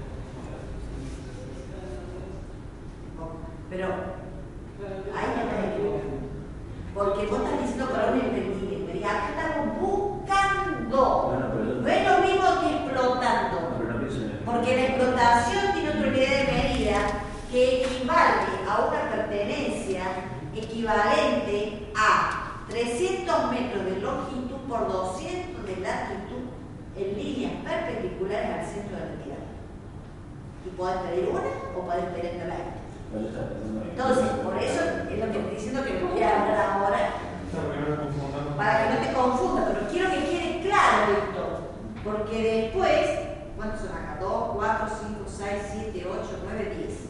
Pero ahí me estás equivocando. Porque vos estás diciendo para un emprendimiento. Y acá estamos buscando. Bueno, pero- No es lo mismo que explotando. No, pero no pienso en el- Porque la explotación tiene otra unidad de medida que equivale a una pertenencia equivalente a trescientos metros de longitud por doscientos de latitud en líneas perpendiculares al centro de la unidad. Y podés pedir una o podés pedir la otra. Bueno, está pensando en- Entonces, por eso es lo que estoy diciendo que voy a hablar ahora, Claro, que no lo confundamos. para que no te confundas, pero quiero que quede claro esto, porque después, ¿cuántos son acá? dos, cuatro, cinco, seis, siete, ocho, nueve, diez.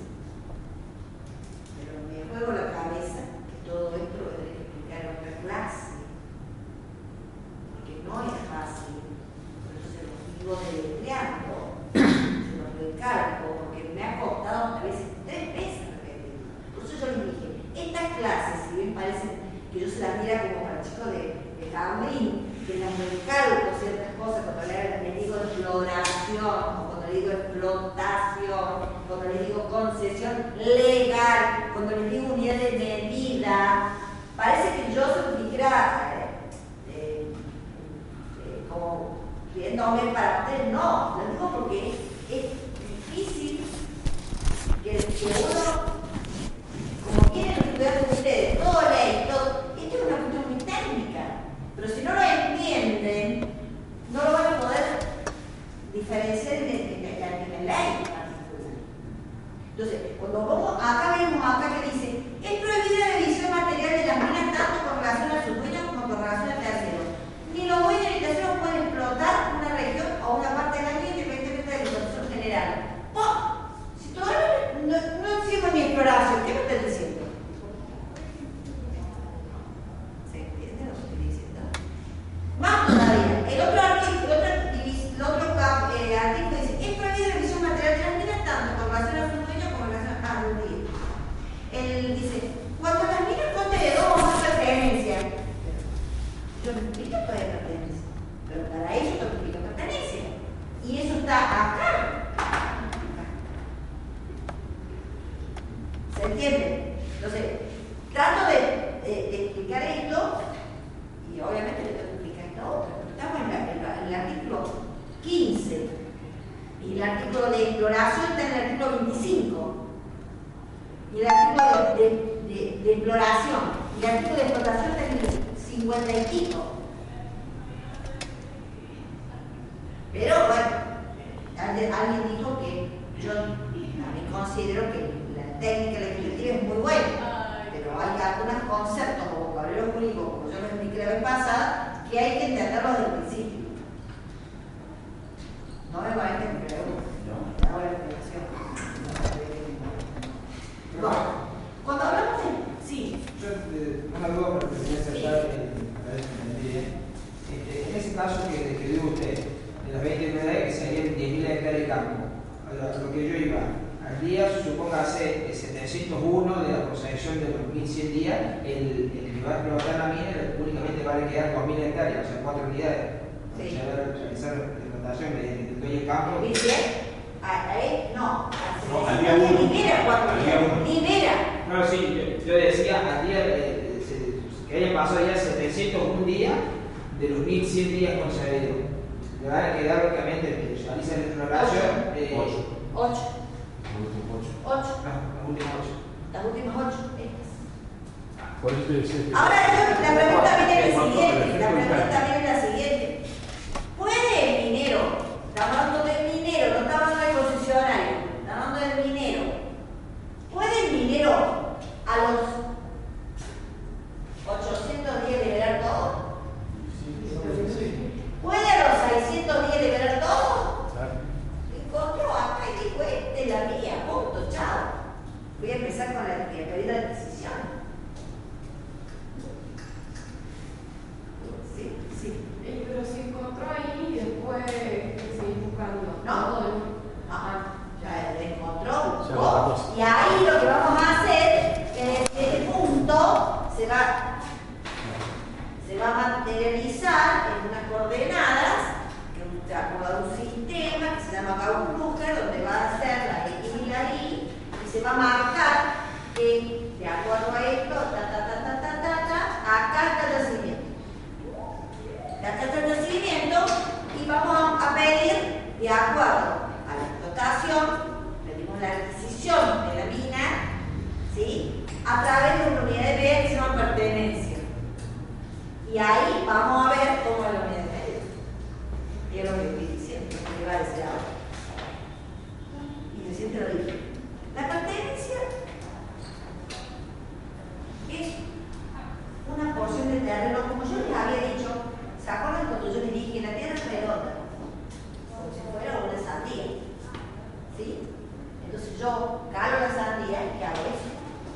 Pero me juego la cabeza que todo esto lo tendré que explicar en otra clase, porque no es fácil. Por eso se los digo deletreando, se los recalco, porque me ha costado a veces tres veces repetir. Por eso yo les dije, estas clases, si bien parecen que yo se las mira como para chicos de, de jardín, que las recalco ciertas cosas cuando le, les digo exploración, o cuando les digo explotación, cuando les digo concesión legal, cuando les digo unidad de medida, parece que yo se lo dijera eh, eh, eh, como pidiéndome para ustedes, no, lo digo porque es, es difícil que, que uno, como quieren estudiar ustedes, todo ley, todo, esto es una cuestión muy técnica, pero si no lo entienden, no lo van a poder diferenciar en, en, en la, en la ley particular. Entonces, cuando vamos, acá vemos acá que dice, es prohibida la división material de las minas tanto con relación a sus dueños como con relación a terceros. Ni los dueños ni terceros pueden explotar una región o una parte de la mina independientemente de la explotación general. ¡Pum! Si todavía no, no hicimos ni exploración, ¿qué me estás diciendo? ¿Se entiende lo que estoy diciendo? Más todavía, el otro artículo, el otro, el otro eh, artículo dice, es prohibida la división material de las minas tanto con relación a sus dueños como con relación a los dueños. Él dice, cuando las minas conten de dos o más pertenencias, yo no explico que hay pertenencia, pero para ello yo explico pertenencia. Y eso está acá. ¿Se entiende? Entonces, trato de, de, de explicar esto y obviamente le tengo que explicar esta otra. Estamos en, la, en, la, en el artículo quince y el artículo de exploración está en el artículo veinticinco y el artículo de, de, de, de exploración y el artículo de explotación está en el cincuenta y pico. Pero bueno, alguien, alguien dijo que yo también considero que la técnica legislativa es muy buena, pero hay algunos conceptos como vocabulario jurídico, como yo lo expliqué la vez pasada, que hay que entenderlos desde el principio. No me parece que creo. No. Te hago la explicación. quedan dos mil hectáreas, o sea, cuatro unidades. Sí. O sea, realizar la explotación de todo el campo. ¿Viste? Ahí, no. No, al día uno. Libera cuatro Al día días. uno. Libera. No, sí, yo, yo decía al día, eh, se- que haya pasado ya setecientos un días de los mil cien días concedidos. Le van a quedar, lógicamente, que realiza la exploración. Eh, Ocho. Ocho. Ocho. Ocho. no, los últimos ocho. Las últimas ocho. Estas. Por eso te decía que- Ahora yo, la pregunta viene En es la cuanto al siguiente. La efecto pregunta impacto. viene es la siguiente. ¿Puede el minero, estamos hablando del minero, no estamos hablando del concesionario, estamos hablando del minero, ¿puede el minero a los ochocientos días liberar todo? ¿Puede a los seiscientos días liberar todo? Claro. Encontró acá y dijo, esta es la mía, punto, chao. Voy a empezar con la que pedí la adquisición. Sí, sí. Eh, Pero se encontró ahí y después seguir buscando. No. Todo el- Ah, ya le encontró. Ya vos. vamos. Y ahí lo que vamos a hacer es que este punto se va, se va a materializar en unas coordenadas que se ha acordado un sistema que se llama Gauss-Kruger, donde va a ser la X y la Y, y se va a marcar que de acuerdo a esto, ta, ta, ta, ta, ta, ta, ta, acá está el yacimiento. Acá está el yacimiento y vamos a, a pedir de acuerdo a la explotación, pedimos la adquisición de la mina, ¿sí? A través de una unidad de medida que se llama pertenencia. Y ahí vamos a ver cómo es la unidad de medida. Y es lo que estoy diciendo, lo que iba a decir ahora. Y recién te lo dije. La pertenencia es una porción de terreno, como yo les había dicho, ¿se acuerdan cuando yo les dije que la tierra es redonda? Como si fuera una sandía. ¿Sí? Entonces yo calo la sandía y hago eso.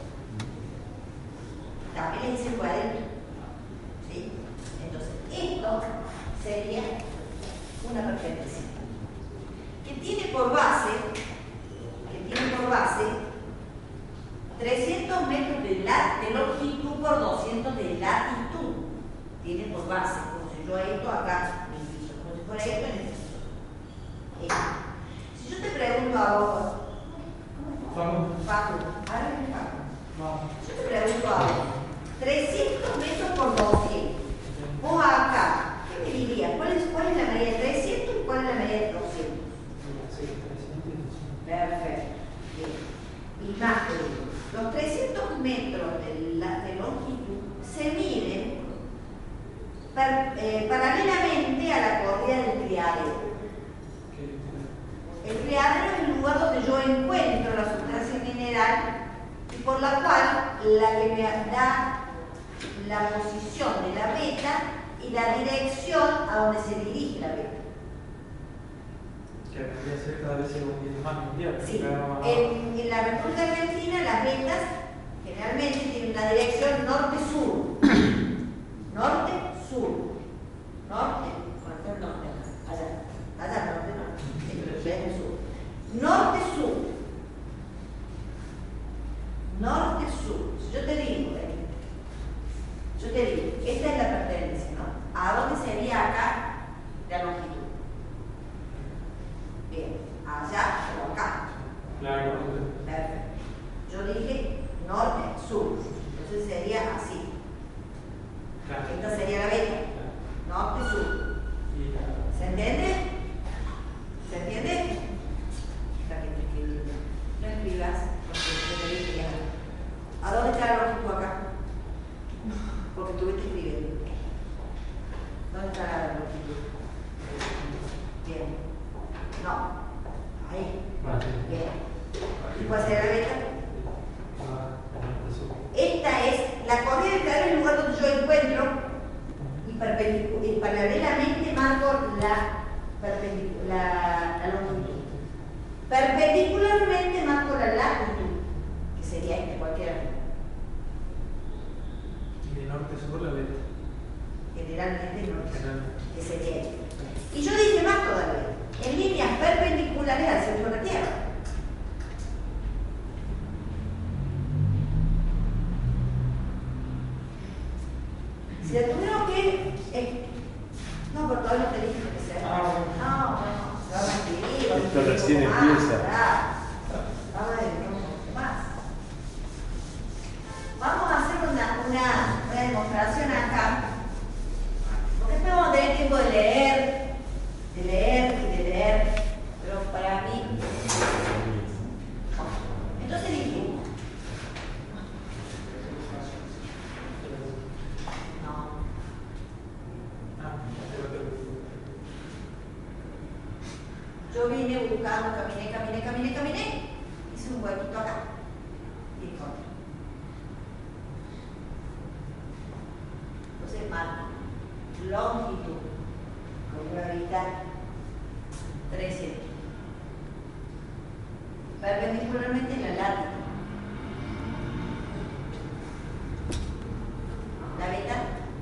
También les hice el cuadrito. ¿Sí? Entonces, esto sería una pertenencia. Que tiene por base, que tiene por base trescientos metros de, la, de longitud por doscientos de latitud. Tiene por base, como si yo esto acá, en el piso, como si fuera esto en el piso. Eh, si yo te pregunto a vos, Vamos. Facu, ahora viene Facu. Vamos. Yo te pregunto a vos, trescientos metros por doscientos. Vos acá, ¿qué me dirías? ¿Cuál es, cuál es la medida de trescientos y cuál es la medida de doscientos? Sí, trescientos. Perfecto. Bien. Y más que eso, los trescientos metros de, la, de longitud se miden per, eh, paralelamente a la corrida del criadero. El criadero es el lugar donde yo encuentro la sustancia mineral y por la cual la que me da la posición de la beta y la dirección a donde se dirige la beta. Que debería ser cada vez se va hundiendo más mundial. Sí, Cada vez más abajo. en, en la República Argentina las vetas generalmente tienen una dirección norte-sur. Norte-sur. Norte, ¿cuánto es norte? Allá, allá norte, norte. Sí, allá es el sur. Norte-sur. Norte-sur. Si yo te digo, eh, yo te digo, esta es la pertenencia, ¿no? ¿A dónde sería acá la longitud? Bien, allá o acá. Claro. Perfecto. Yo dije norte, sur. Entonces sería así. Claro. Esta sería la beta. Norte, sur. Y la- ¿Se entiende? ¿Se entiende? Está que te escribiendo. No escribas porque yo te dije ya. ¿A dónde está la longitud acá? Porque estuviste escribiendo. ¿Dónde está la longitud? Bien. No. Ahí. Vale. Bien. ¿Y cuál sería la beta? Ah, eso. Esta es la corrida del criadero, el lugar donde yo encuentro y, perpendicu- y paralelamente marco la, perpendicu- la, la longitud. Perpendicularmente marco la latitud, que sería esta cualquiera. Y de norte a sur la beta. Generalmente no es, Generalmente. que sería esta. Y yo dije más todavía, en líneas perpendiculares al centro de la Tierra. Si la tuviéramos que recién un poco empieza. Más, claro. Vamos a definir un poco más. Vamos a hacer una, una, una demostración acá. Porque después vamos a tener tiempo de leer, de leer y de leer. Pero para mí. Entonces dije. Yo vine buscando, caminé, caminé, caminé, caminé, hice un huequito acá. Y encontré. Entonces marco longitud, como voy a gritar, tres centímetros. Perpendicularmente en la látigo. La beta.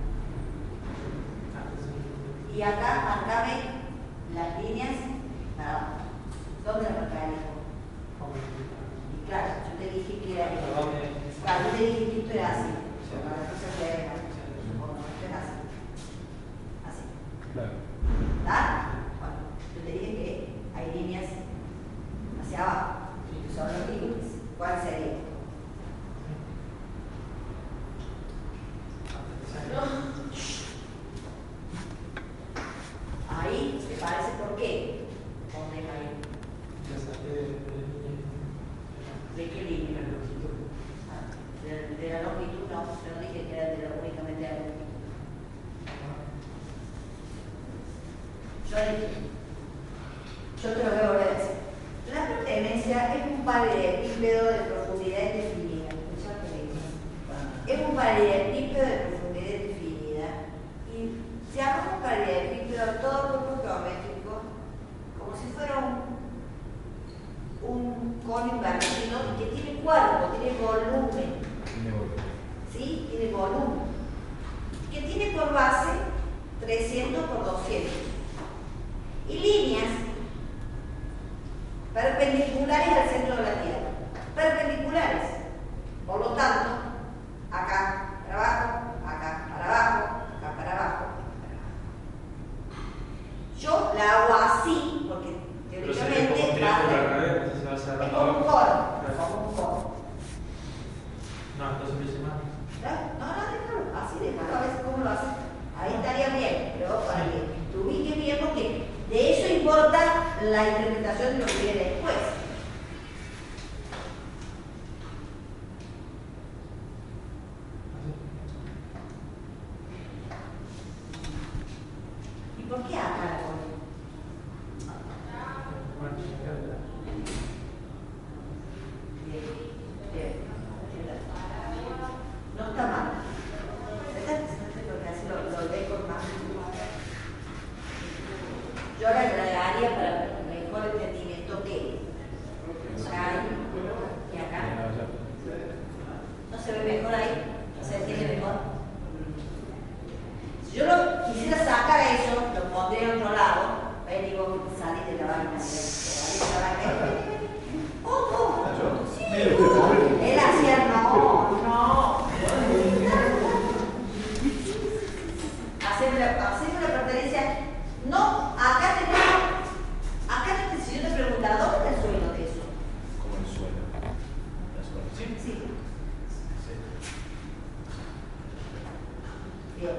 Y acá marcame las líneas. Nada. ¿Dónde la marcaría? Y claro, yo te dije que era esto. Claro, yo te dije que esto era así. Para que no se vea como esto era así. Así. Claro. ¿Está? Bueno, yo te dije que hay líneas hacia abajo. Que son los límites. ¿Cuál sería? Ahí, ¿te parece por qué? ¿Dónde cae? ¿De qué línea? Ah, de, de la longitud, no, yo no dije que era de la, únicamente de la longitud. Yo dije, yo te lo voy a volver a decir. La pertenencia es un paralelepípedo de profundidad indefinida. Es un paralelepípedo de profundidad indefinida. Y se llama un paralelepípedo a todo grupo geométrico como si fuera un, un cono invertido que tiene cuerpo, tiene volumen. Tiene volumen. ¿Sí? Tiene volumen. Que tiene por base trescientos por doscientos. Y líneas perpendiculares al centro de la Tierra. Perpendiculares. Por lo tanto, acá para abajo, acá para abajo, acá para abajo. Yo la hago así, porque teóricamente va a ser. Es como un cono. Como un cono. No, entonces me dice más. No, no, déjalo, así déjalo, a ver cómo lo haces. Ahí estaría bien, pero para que tú ubiques bien, porque de eso importa la interpretación de lo que viene después. ¿Y por qué acá la ponen? Bien, bien. No está mal. Porque así lo, lo dejo más. Yo le agregaría para mejor entendimiento que acá y acá. ¿No se ve mejor ahí? ¿Se entiende mejor? Si yo lo quisiera sacar a eso, lo pondría en otro lado. Ahí digo, salí de la vaina. Salí de la vaina. ¡Oh, oh! Sí, no. Él hacía no, no. Hacer la, hacer una pertenencia. No, acá tenemos. Acá si yo te preguntara, ¿dónde está el suelo de eso? Como el suelo. ¿La suelo? Sí. Sí. Bien.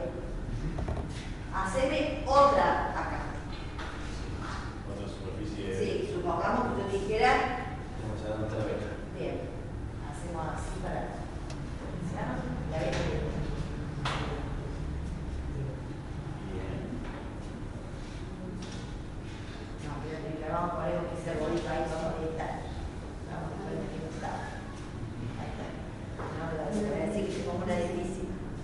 Haceme otra acá. Otra superficie. Sí, supongamos que yo dijera. Vamos a dar otra vez. Bien. Hacemos así para. La vez que. No, pero le vamos a poner un pincel bonito ahí, vamos a editar. Vamos a poner que no está. Ahí está. No, le voy a decir que es como una edificio.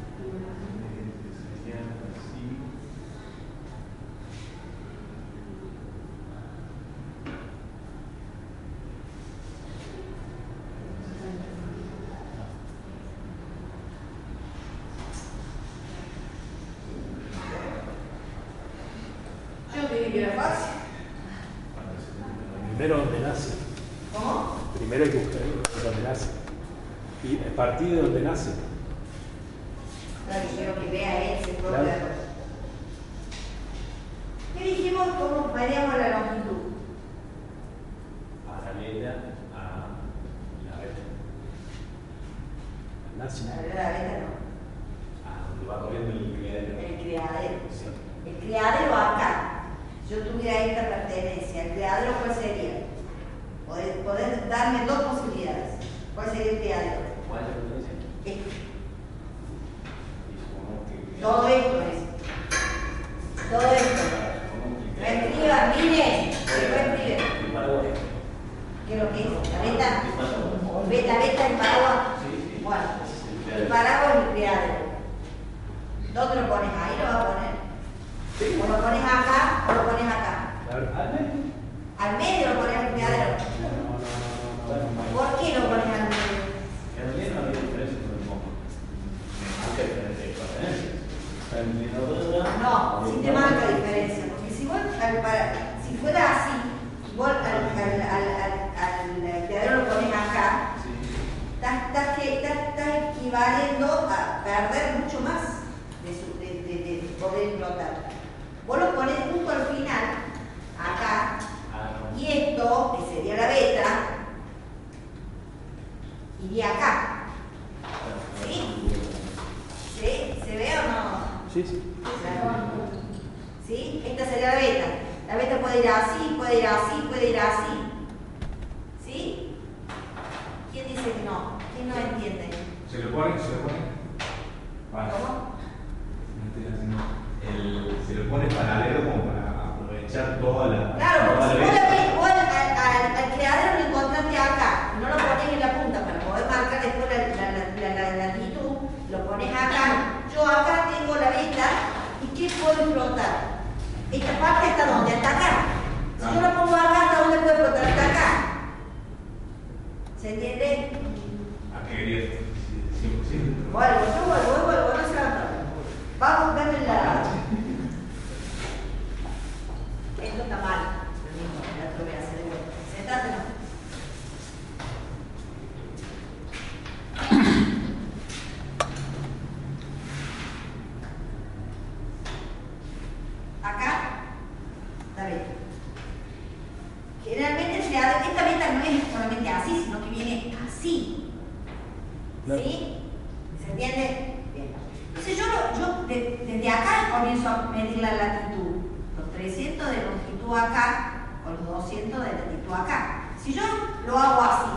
Yo te dije que era fácil. Primero donde nace. ¿Cómo? Primero hay que buscar donde nace. Y a partir de donde nace. Claro, quiero que vea él, se puede Claro. ver. ¿Qué dijimos? ¿Cómo variamos la longitud? el criadero acá, yo tuviera esta pertenencia, ¿el criadero cuál sería? Podés, podés darme dos posibilidades. ¿Cuál sería el criadero? ¿Cuál es la diferencia? Este. Y supongo que- Todo esto es. Todo esto. Supongo que- No escriban, miren, no escriben. El paraguas. ¿Qué es lo que es? ¿La beta? El paraguas. ¿Ve la beta del paraguas? Sí, sí. Bueno, Ese es el paraguas es el criadero. ¿Dónde lo pones? Ahí lo vas a poner. Sí. O lo pones acá o lo pones acá. Claro. ¿Al medio? Al medio lo pones el criadero. No, no, no, no, no, no. ¿Por qué lo pones al medio? En realidad no había diferencia con el moco. Había diferencia de pertenencias. El minadora. No, sí te marca diferencia, porque si vos, al para- si fuera así, vos al, al, al, al, al criadero lo pones acá, Sí. estás, estás, que- estás, estás equivaliendo a perder mucho más de, su, de, de, de poder explotar. Vos lo pones justo al final, acá, Ah, no. y esto, que sería la beta, iría acá. Sí. ¿Sí? ¿Se ve o no? Sí, sí. ¿Sí? Esta sería la beta. La beta puede ir así, puede ir así, puede ir así. ¿Sí? ¿Quién dice que no? ¿Quién no entiende? ¿Se le pone? ¿Se le pone? Vale. ¿Cómo? No estoy haciendo. El, se le pone paralelo como para aprovechar toda la. Claro, toda porque si la vos vista. la ves, vos al, al, al criadero lo encontraste acá, no lo pones en la punta para poder marcar después la, la, la, la, la latitud, lo pones acá. Yo acá tengo la beta y ¿qué puedo explotar? Esta parte está donde, hasta acá. Si yo la pongo acá, ¿hasta dónde puedo explotar? Hasta acá. ¿Se entiende? ¿A qué querías? cien por ciento. Vuelvo, yo vuelvo, vuelvo, no se va a entrar. Vamos, dame la. Esto está mal. Ya te lo voy a hacer de vuelta. Sentate, no. Acá, la beta. Generalmente se hace, esta beta no es solamente así, sino que viene así. Claro. ¿Sí? ¿Se entiende? Bien. Entonces yo, lo- yo de- desde acá comienzo a medir la latitud. Los trescientos de longitud acá o los doscientos de latitud acá. Si yo lo hago así,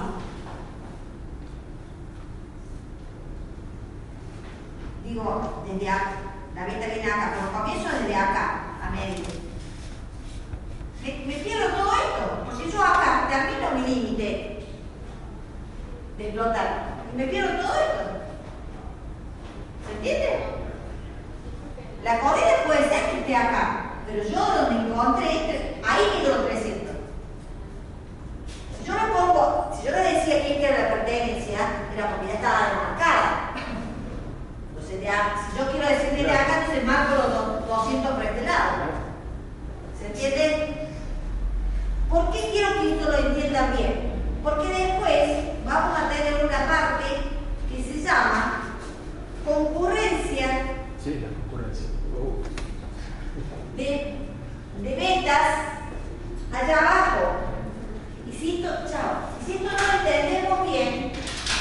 digo, desde acá, la beta viene acá, pero comienzo desde acá a medir. Me, me pierdo todo esto, porque yo acá termino mi límite de explotar y me pierdo todo esto. ¿Se entiende? La corriente puede ser que esté acá, pero yo donde encontré, este, ahí mido los trescientos. Si yo le pongo, si yo le decía que esta era la pertenencia, era porque ya estaba demarcada. Entonces, de acá, si yo quiero decirle de acá, entonces marco los do- doscientos por este lado. ¿Se entiende? ¿Por qué quiero que esto lo entiendan bien? Porque después vamos a tener una parte que se llama concurrencia Sí, la concurrencia. Oh. de, de betas allá abajo. Y si esto, chao, y si esto no lo entendemos bien,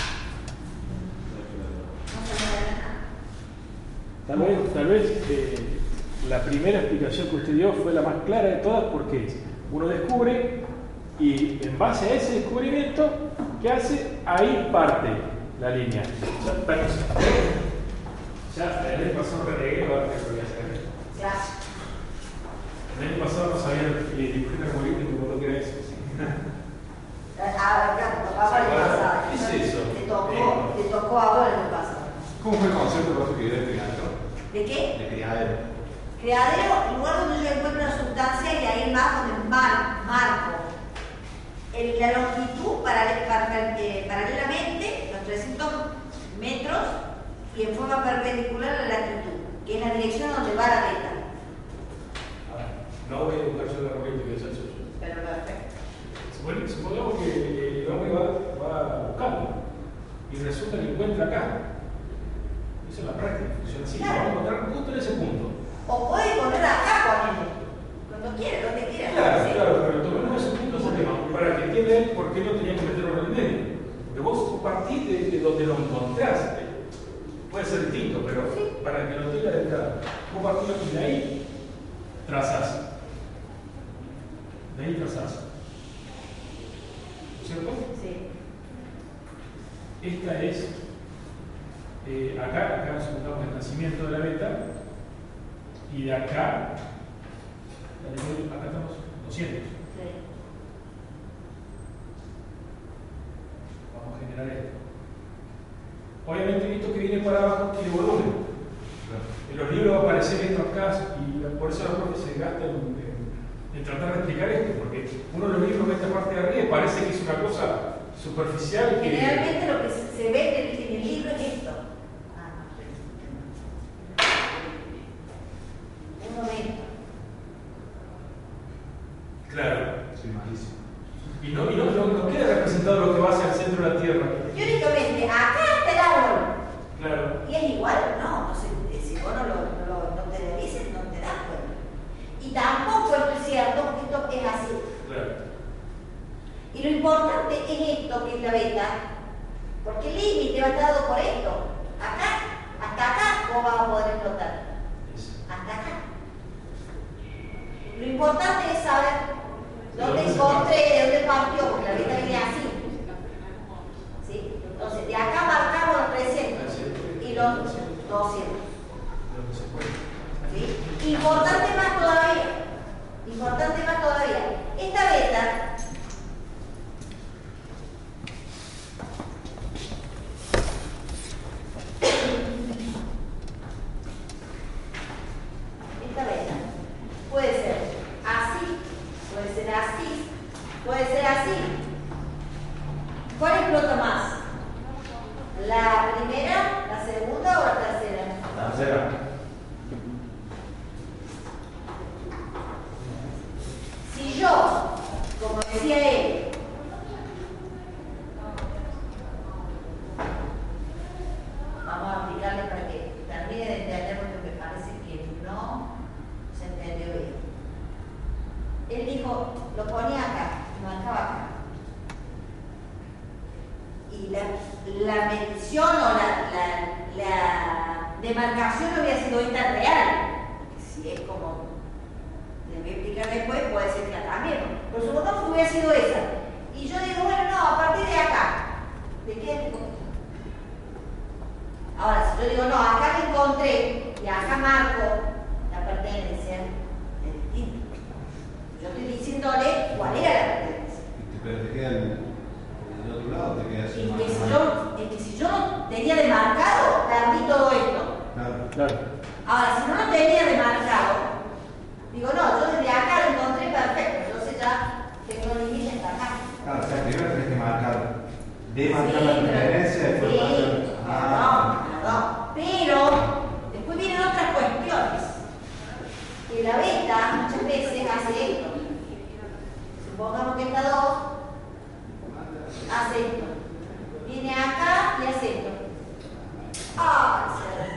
no se me da nada. Tal vez, tal vez eh, la primera explicación que usted dio fue la más clara de todas porque es, uno descubre y en base a ese descubrimiento, ¿qué hace? Ahí parte la línea. Ya, bueno, ya el año pasado renegué, ahora que lo voy a hacer. Ya. El año pasado no sabía eh, dibujar un algoritmo como lo que era eso. Ah, claro, papá el pasado. ¿Qué es eso? Te tocó, Eh. te tocó a vos el pasado. ¿Cómo fue el concepto de lo que de criadero? ¿De qué? De criadero. Criadero, lugar donde yo encuentro una sustancia y ahí más donde mar, marco. El- la longitud paralel- par- eh, paralelamente, los trescientos metros, y en forma perpendicular a la latitud, que es la dirección donde va la beta. No voy a dibujar yo el algoritmo que es el suyo. Pero perfecto. Supone- Supongamos que el hombre va, va buscando y resulta que encuentra acá. Eso es la práctica, funciona así. Claro. Va a encontrar justo en ese punto. O puede poner acá cuando, cuando quiere, donde quiera. Claro, ¿sí? claro, pero tomemos ese punto ese tema para que entienda él por qué no tenía que meterlo en el medio. Porque vos partís de, de donde lo encontrás. Puede ser distinto, pero Sí. para que lo tenga de entrada. Vos partís de ahí trazás. De ahí trazás. ¿Cierto? Sí. Esta es, eh, acá, acá nos encontramos el nacimiento de la beta, y de acá, acá estamos doscientos. Sí. Vamos a generar esto. Obviamente esto que viene para abajo tiene volumen. En los libros va a aparecer esto acá, y por eso los profes se gastan en, en, en tratar de explicar esto, porque uno de los libros ve esta parte de arriba y parece que es una cosa superficial. Que... Generalmente lo que se ve en el, en el libro es esto. Uno ve esto. Claro. Sí, malísimo. Y no, y no, no, no queda representado lo que va hacia el centro de la Tierra. Teóricamente, acá está el árbol. Claro. Y es igual, no, no sé, si vos no, lo, no, lo, no te lo dices, no te das cuenta. Y tampoco es cierto que esto es así. Claro. Y lo importante es esto, que es la beta, porque el límite va a estar dado por esto. Acá, hasta acá vos vas a poder explotar. Hasta acá. Lo importante es saber dónde encontré, de dónde partió, porque la beta viene así. ¿Sí? Entonces, de acá marcamos los trescientos y los doscientos. ¿Sí? Importante más todavía. Importante más todavía. Esta beta esta beta puede ser así, puede ser así, puede ser así. ¿Cuál explota más? ¿La primera, la segunda o la tercera? La tercera. Si yo, como decía él, vamos a explicarle para que termine de entender, porque me parece que no se entendió bien. Él dijo, lo ponía acá, lo marcaba acá. Y la, la medición o la, la, la demarcación no había sido esta real. Si es como, les voy a explicar después, puede ser que la cambiemos. Pero supongamos que hubiera sido esa. Y yo digo, bueno, no, a partir de acá. ¿De qué? Ahora, si yo digo, no, acá me encontré y acá marco la pertenencia, es distinto. Yo estoy diciéndole cuál era la pertenencia. Pero te queda el, el otro lado, te queda así. Y más que si mal. yo, es que si yo no tenía demarcado, perdí todo esto. Claro. Claro. Ahora, si no lo tenía demarcado, digo, no, yo desde acá lo encontré perfecto, entonces ya tengo un límite hasta acá. Claro, o sea, primero tenés que marcar, demarcar Sí, la pero- preferencia, después sí, marcar. Ah, perdón, perdón. Pero después vienen otras cuestiones. Que la beta muchas veces hace esto. Supongamos que esta dos hace esto. Viene acá y hace esto. ¡Ah!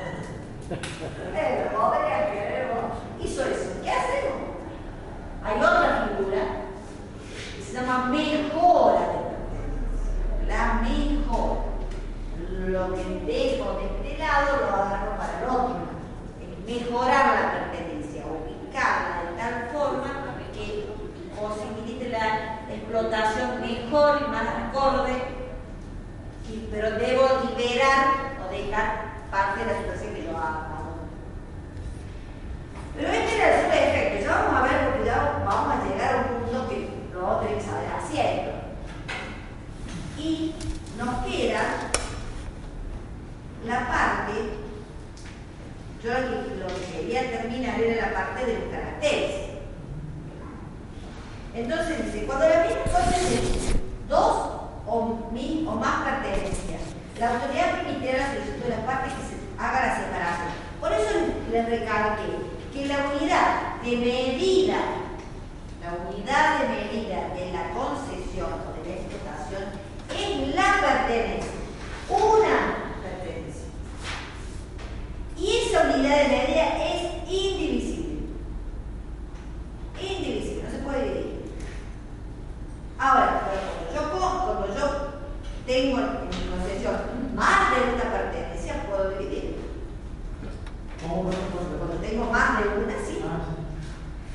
Pero, podría queremos. Hizo eso. ¿Qué hacemos? Hay otra figura que se llama mejora de pertenencia. La mejora. Lo que dejo de este lado lo agarro para el otro. Es mejorar la pertenencia, ubicarla de tal forma que posibilite la explotación mejor y más acorde, y, pero debo liberar o dejar parte de la situación que yo hago. Pero este era el efecto. Ya vamos a ver, porque ya vamos a llegar a un punto que lo vamos a tener que saber haciendo. Y nos queda la parte, yo lo que, lo que quería terminar era la parte de los caracteres. Entonces dice, cuando la misma cosa es dos o, mil, o más pertenencias, la autoridad permitirá la solicitud de las partes que se haga la separación. Por eso les recalqué que la unidad de medida, la unidad de medida de la concesión o de la explotación es la pertenencia, una pertenencia. Y esa unidad de medida es indivisible. Indivisible, no se puede dividir. Ahora, cuando yo, cuando yo tengo en mi concesión más de una pertenencia, puedo dividir. ¿Cómo, cómo, cómo? Cuando tengo más de una, sí. Ah, sí.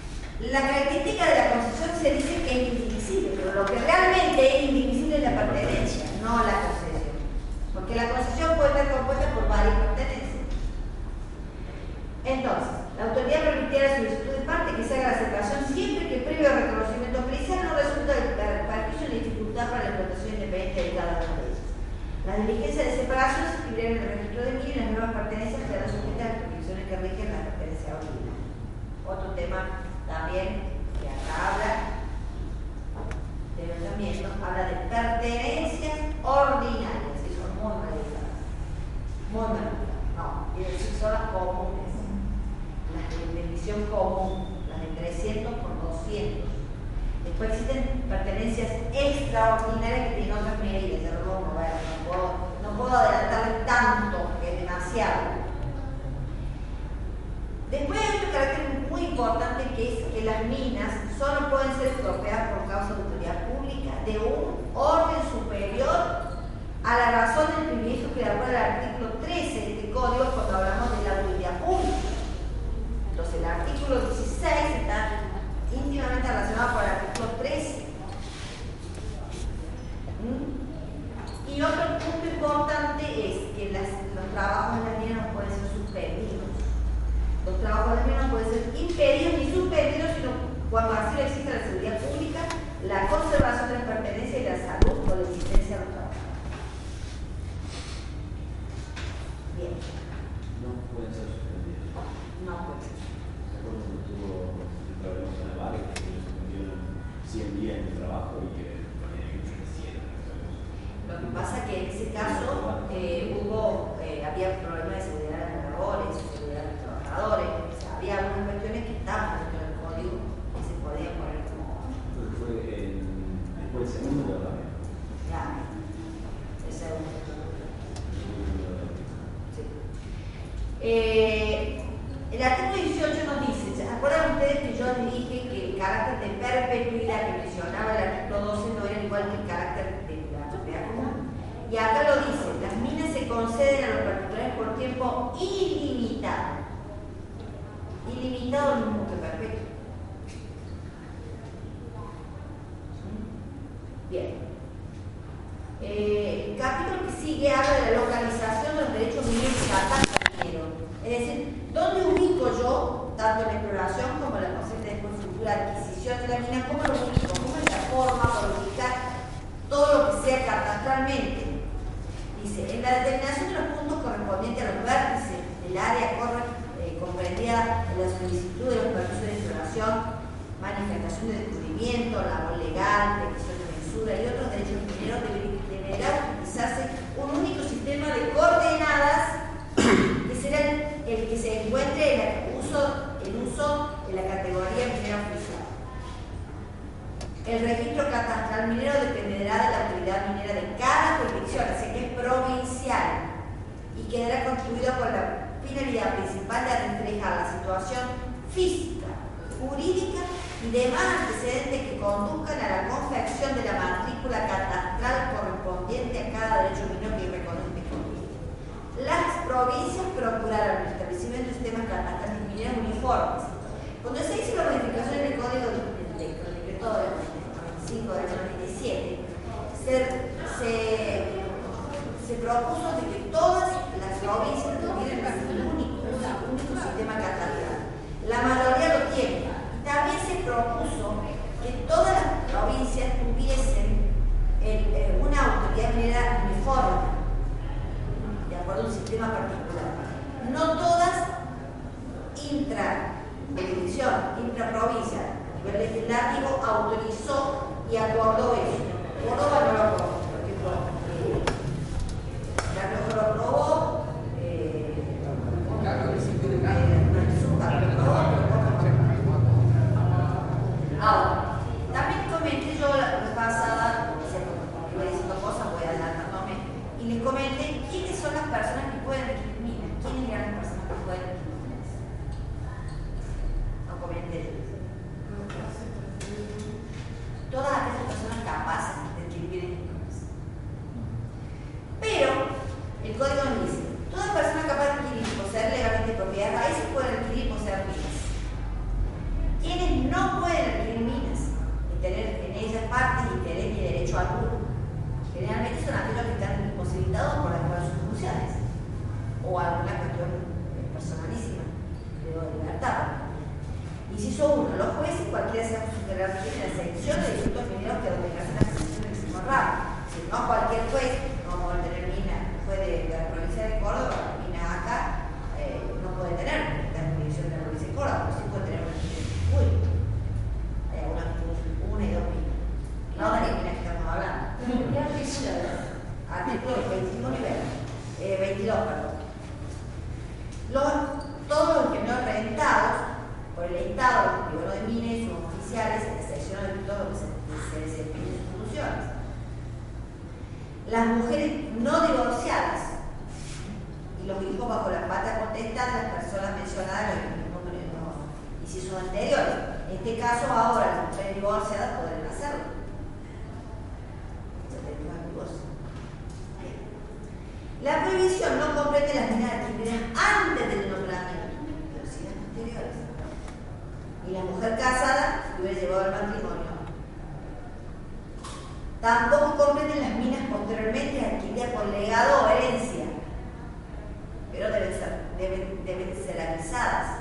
retira la solicitud de parte, que se haga la separación siempre que previo reconocimiento policial no resulta de perjuicio ni dificultad para la explotación independiente de cada una de ellas. Las diligencias de separación se inscribirán en el registro de M I R y las nuevas pertenencias quedarán sujetas a las restricciones que rigen la pertenencia ordinaria. Otro tema también que acá habla de ordenamiento, habla de pertenencias ordinarias, y son muy manejadas. Muy manejadas. No, y decir son las comunes, las de bendición común, las de trescientos por doscientos. Después existen pertenencias extraordinarias que tienen otras medidas, ya lo vamos a ver, no puedo, no puedo adelantarle tanto, que es demasiado. Después hay otro carácter muy importante que es que las minas solo pueden ser expropiadas por causa de autoridad pública de un orden superior a la razón del privilegio que da por el artículo trece de este código cuando hablamos de la utilidad pública. Entonces el artículo dieciséis está íntimamente relacionado con el artículo trece. ¿Mm? Y otro punto importante es que las, los trabajos de la mina no pueden ser suspendidos. Los trabajos de la mina no pueden ser impedidos ni suspendidos, sino cuando así lo exige la seguridad pública, la conservación de la pertenencia y la salud o la existencia de los trabajadores. Bien. No pueden ser suspendidos. No pueden ser. ¿Se acuerdan cuando tuvo el problema con la vaga que le suspendieron cien días de trabajo y que ponía que se hiciera? Lo que pasa es que en ese caso eh, hubo, eh, había problemas de seguridad de los trabajadores, seguridad de los trabajadores, o sea, había algunas cuestiones que estaban dentro del código que se podían poner como. Creo que fue el, después del segundo de la vaga. Ya, el segundo. Sí. Eh, el artículo dieciocho nos dice, ¿se acuerdan ustedes que yo les dije que el carácter de perpetuidad que mencionaba el artículo doce no era igual que el carácter de la propiedad común? Y acá lo dice, las minas se conceden a los particulares por tiempo ilimitado. Ilimitado es lo mismo que perpetuo. Bien. Eh, el capítulo que sigue habla de la localización de los derechos mineros y catastro minero. Es decir, ¿dónde ubico yo, tanto la exploración como la posible después futura adquisición de la mina? ¿Cómo lo ubico? ¿Cómo es la forma para ubicar todo lo que sea catastralmente? Dice, en la determinación de los puntos correspondientes a los vértices del área corre, eh, comprendida en la solicitud de los permisos de exploración, manifestación de descubrimiento, labor legal, petición de mensura y otros derechos mineros, debe, deberá utilizarse un único sistema de coordenadas que será el, el que se encuentre en el uso, el uso de la categoría minera oficial. El registro catastral minero dependerá de la autoridad minera de cada jurisdicción, así que es provincial y quedará constituido con la finalidad principal de reflejar la situación física, jurídica y demás antecedentes que conduzcan a la confección de la matrícula catastral correspondiente a cada derecho minero que reconoce este código. Las provincias procuraron el establecimiento de sistemas catastrales mineros uniformes. Cuando se hizo la modificación del código del decreto del veinticinco del noventa y siete, se, se, se propuso de que todas las provincias tuvieran un único, un único sistema catastral. La mayoría lo tiene. También se propuso que todas las provincias tuviesen el, eh, una autoridad minera uniforme, de acuerdo a un sistema particular. No todas intra-jurisdicción, intra-provincia, a nivel legislativo autorizó y acordó eso. Córdoba no lo aprobó, por ejemplo, eh, la que lo aprobó, eh, ahora, también comenté yo la vez pasada, iba diciendo cosas, voy adelantándome, y les comenté quiénes son las personas que pueden adquirir minas, quiénes eran las personas que pueden adquirir minas. No comenté. Todas aquellas personas capaces de adquirir bienes Inciso uno. Los jueces, cualquiera sea su jerarquía en la sección de distintos mineros que donde ejercen la sección del mismo ramo. Si no, cualquier juez, como el tener mina, fue de, de la provincia de Córdoba, mina acá, eh, no puede tener la jurisdicción de la provincia de Córdoba, pero sí puede tener una mina muy. Hay algunas que tienen una y dos minas. No de las minas que estamos hablando. ¿Qué artículo? Artículo veintiuno nivel. Eh, veintidós, perdón. Los, todos los ingenieros rentados por el Estado, los privados de minas y sus oficiales en la sección de todo lo que se, se desempeña en sus funciones. Las mujeres no divorciadas y los hijos bajo la pata potestad de las personas mencionadas en los incisos anteriores. En este caso, ahora las mujeres divorciadas podrán hacerlo. La prohibición no comprende las minas adquiridas antes del nombramiento, pero sí las posteriores. Y la mujer casada que hubiera llevado al matrimonio. Tampoco comprenden las minas posteriormente adquiridas por legado o herencia, pero deben ser, deben, deben ser avisadas.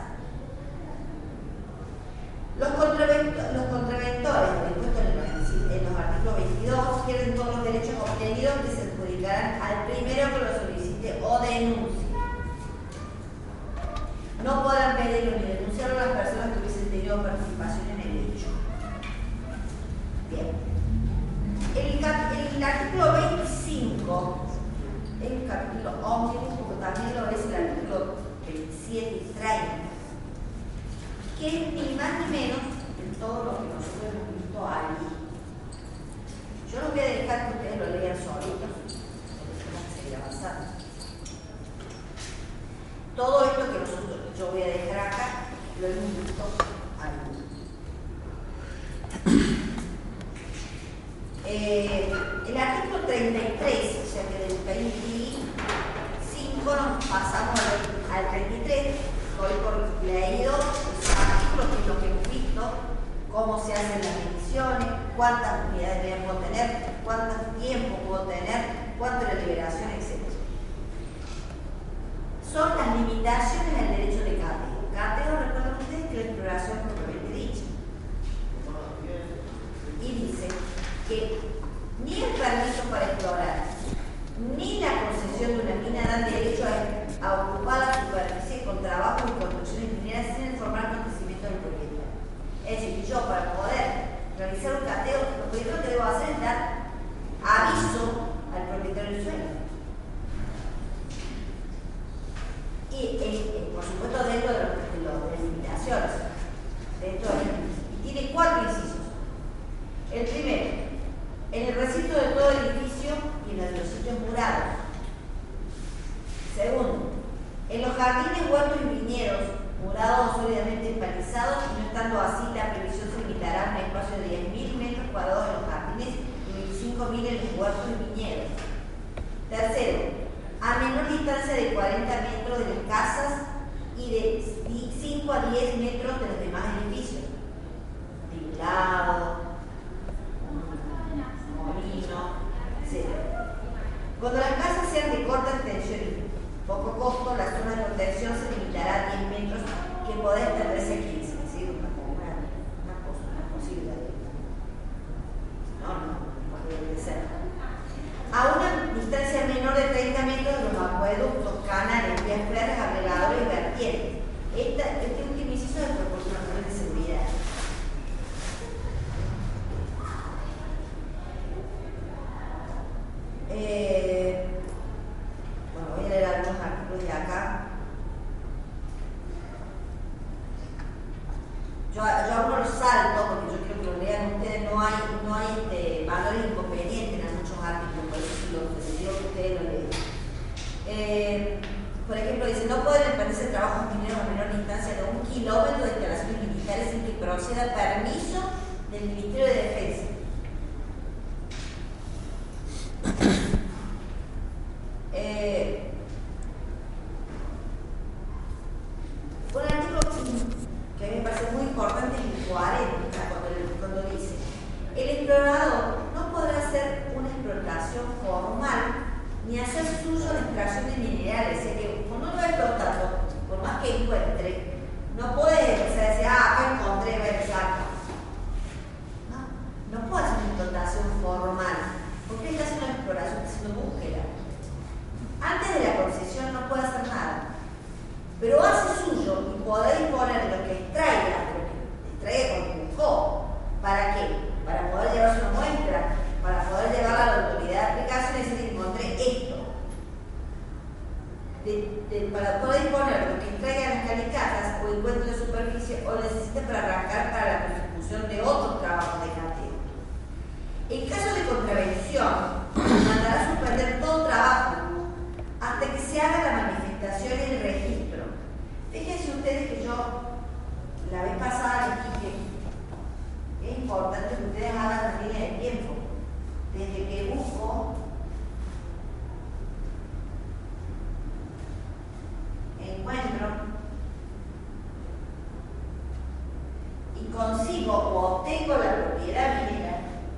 Los, los contraventores dispuestos en los, en los artículos veintidós pierden todos los derechos obtenidos que se adjudicarán al primero que lo solicite o denuncie. No podrán pedirlo ni denunciarlo a las personas que hubiesen tenido participación en el hecho. Bien. El, el artículo veinticinco es un capítulo ómnibus, como también lo es el artículo veintisiete y treinta, que es ni más ni menos de todo lo que nosotros hemos visto ahí. Yo no voy a dejar que ustedes lo lean solitos, porque tenemos que seguir avanzando. Todo esto que nosotros, yo voy a dejar acá, lo hemos visto ahí. Eh, el artículo treinta y tres, o sea que del veinticinco nos pasamos al, al treinta y tres, doy por leído los artículos que es lo que hemos visto, cómo se hacen las mediciones, cuántas unidades debemos tener, cuánto tiempo puedo tener, cuánto la liberación, etcétera. Son las limitaciones al derecho de cateo. Cateo, recuerden ustedes que la exploración es propiamente dicha. Y dice que ni el permiso para explorar ni la concesión de una mina dan derecho a, a ocupar la superficie con trabajo y construcciones mineras sin el formal acontecimiento del propietario. Es decir, yo para poder realizar un cateo, lo primero que debo hacer es dar aviso al propietario del suelo. Y eh, por supuesto dentro de, los, de, los, de las limitaciones. Dentro de, y tiene cuatro incisos. El primero, en el recinto de todo edificio y en los sitios murados. Segundo, en los jardines, huertos y viñedos, murados o sólidamente empalizados, y no estando así, la previsión se limitará a un espacio de diez mil metros cuadrados en los jardines y veinticinco mil en los huertos y viñedos. Tercero, a menor distancia de cuarenta metros de las casas y de cinco a diez metros de los demás edificios. Tinglado, molino, etcétera. Cuando las casas sean de corta extensión y poco costo, la zona de protección se limitará a diez metros, que puede extenderse a quince, es decir, una, una, una, cosa, una posibilidad. No, no, no puede ser. A una distancia menor de treinta metros de los acueductos, canales, vías férreas, agregadores y vertientes. Esta, este último inciso es proporcional de seguridad. Eh, bueno, voy a leer algunos artículos de acá. Yo, yo algunos los salto porque yo quiero que lo lean ustedes. No hay, no hay este, valores inconvenientes en muchos artículos, por eso sí les digo que ustedes lo lean. Eh, por ejemplo, dice: no pueden emprender trabajos mineros a menor distancia de un kilómetro de instalaciones militares sin que proceda permiso del Ministerio de Defensa. Eh, un artículo que a mí me parece muy importante es el cuarenta, cuando, cuando dice: el explorador no podrá hacer una explotación formal ni hacer su uso de extracción de minerales. O sea que cuando uno va explotando, por más que encuentre, no puede empezar a decir: ah, acá encontré autorización para arrancar para la ejecución de otros trabajos de cartera. En caso de contravención, mandará a suspender todo trabajo hasta que se haga la manifestación y el registro. Fíjense ustedes que yo la vez pasada les dije, es importante que ustedes hagan la línea de tiempo. Desde que busco, encuentro y consigo o obtengo la propiedad minera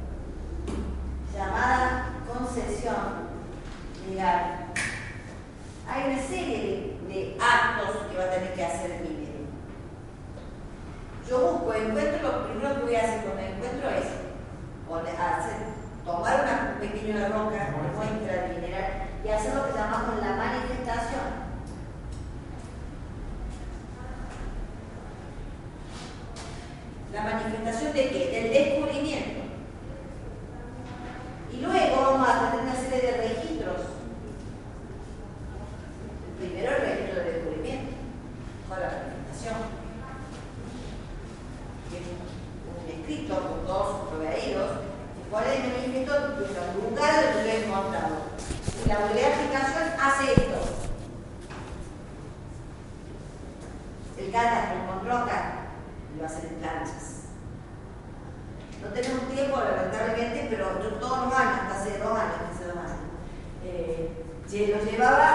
llamada concesión legal. Hay una serie de, de actos que va a tener que hacer el minero. Yo busco, encuentro, lo primero que voy a hacer cuando encuentro es poner, hacer, tomar una, un pequeño roca, una muestra de mineral y hacer lo que llamamos la manifestación. ¿La manifestación de qué? Del descubrimiento. Y luego vamos a tener una serie de registros. El primero el registro de descubrimiento, con la manifestación. Que es un escrito con todos sus proveídos, el cual es el manifiesto de los lugares donde lo he encontrado. Y la unidad de aplicación hace esto. El Cata que encontró acá lo hacen en planchas. No tenemos tiempo, lamentablemente, pero yo todos los años, hasta hace dos años, hace dos años, eh, los llevaba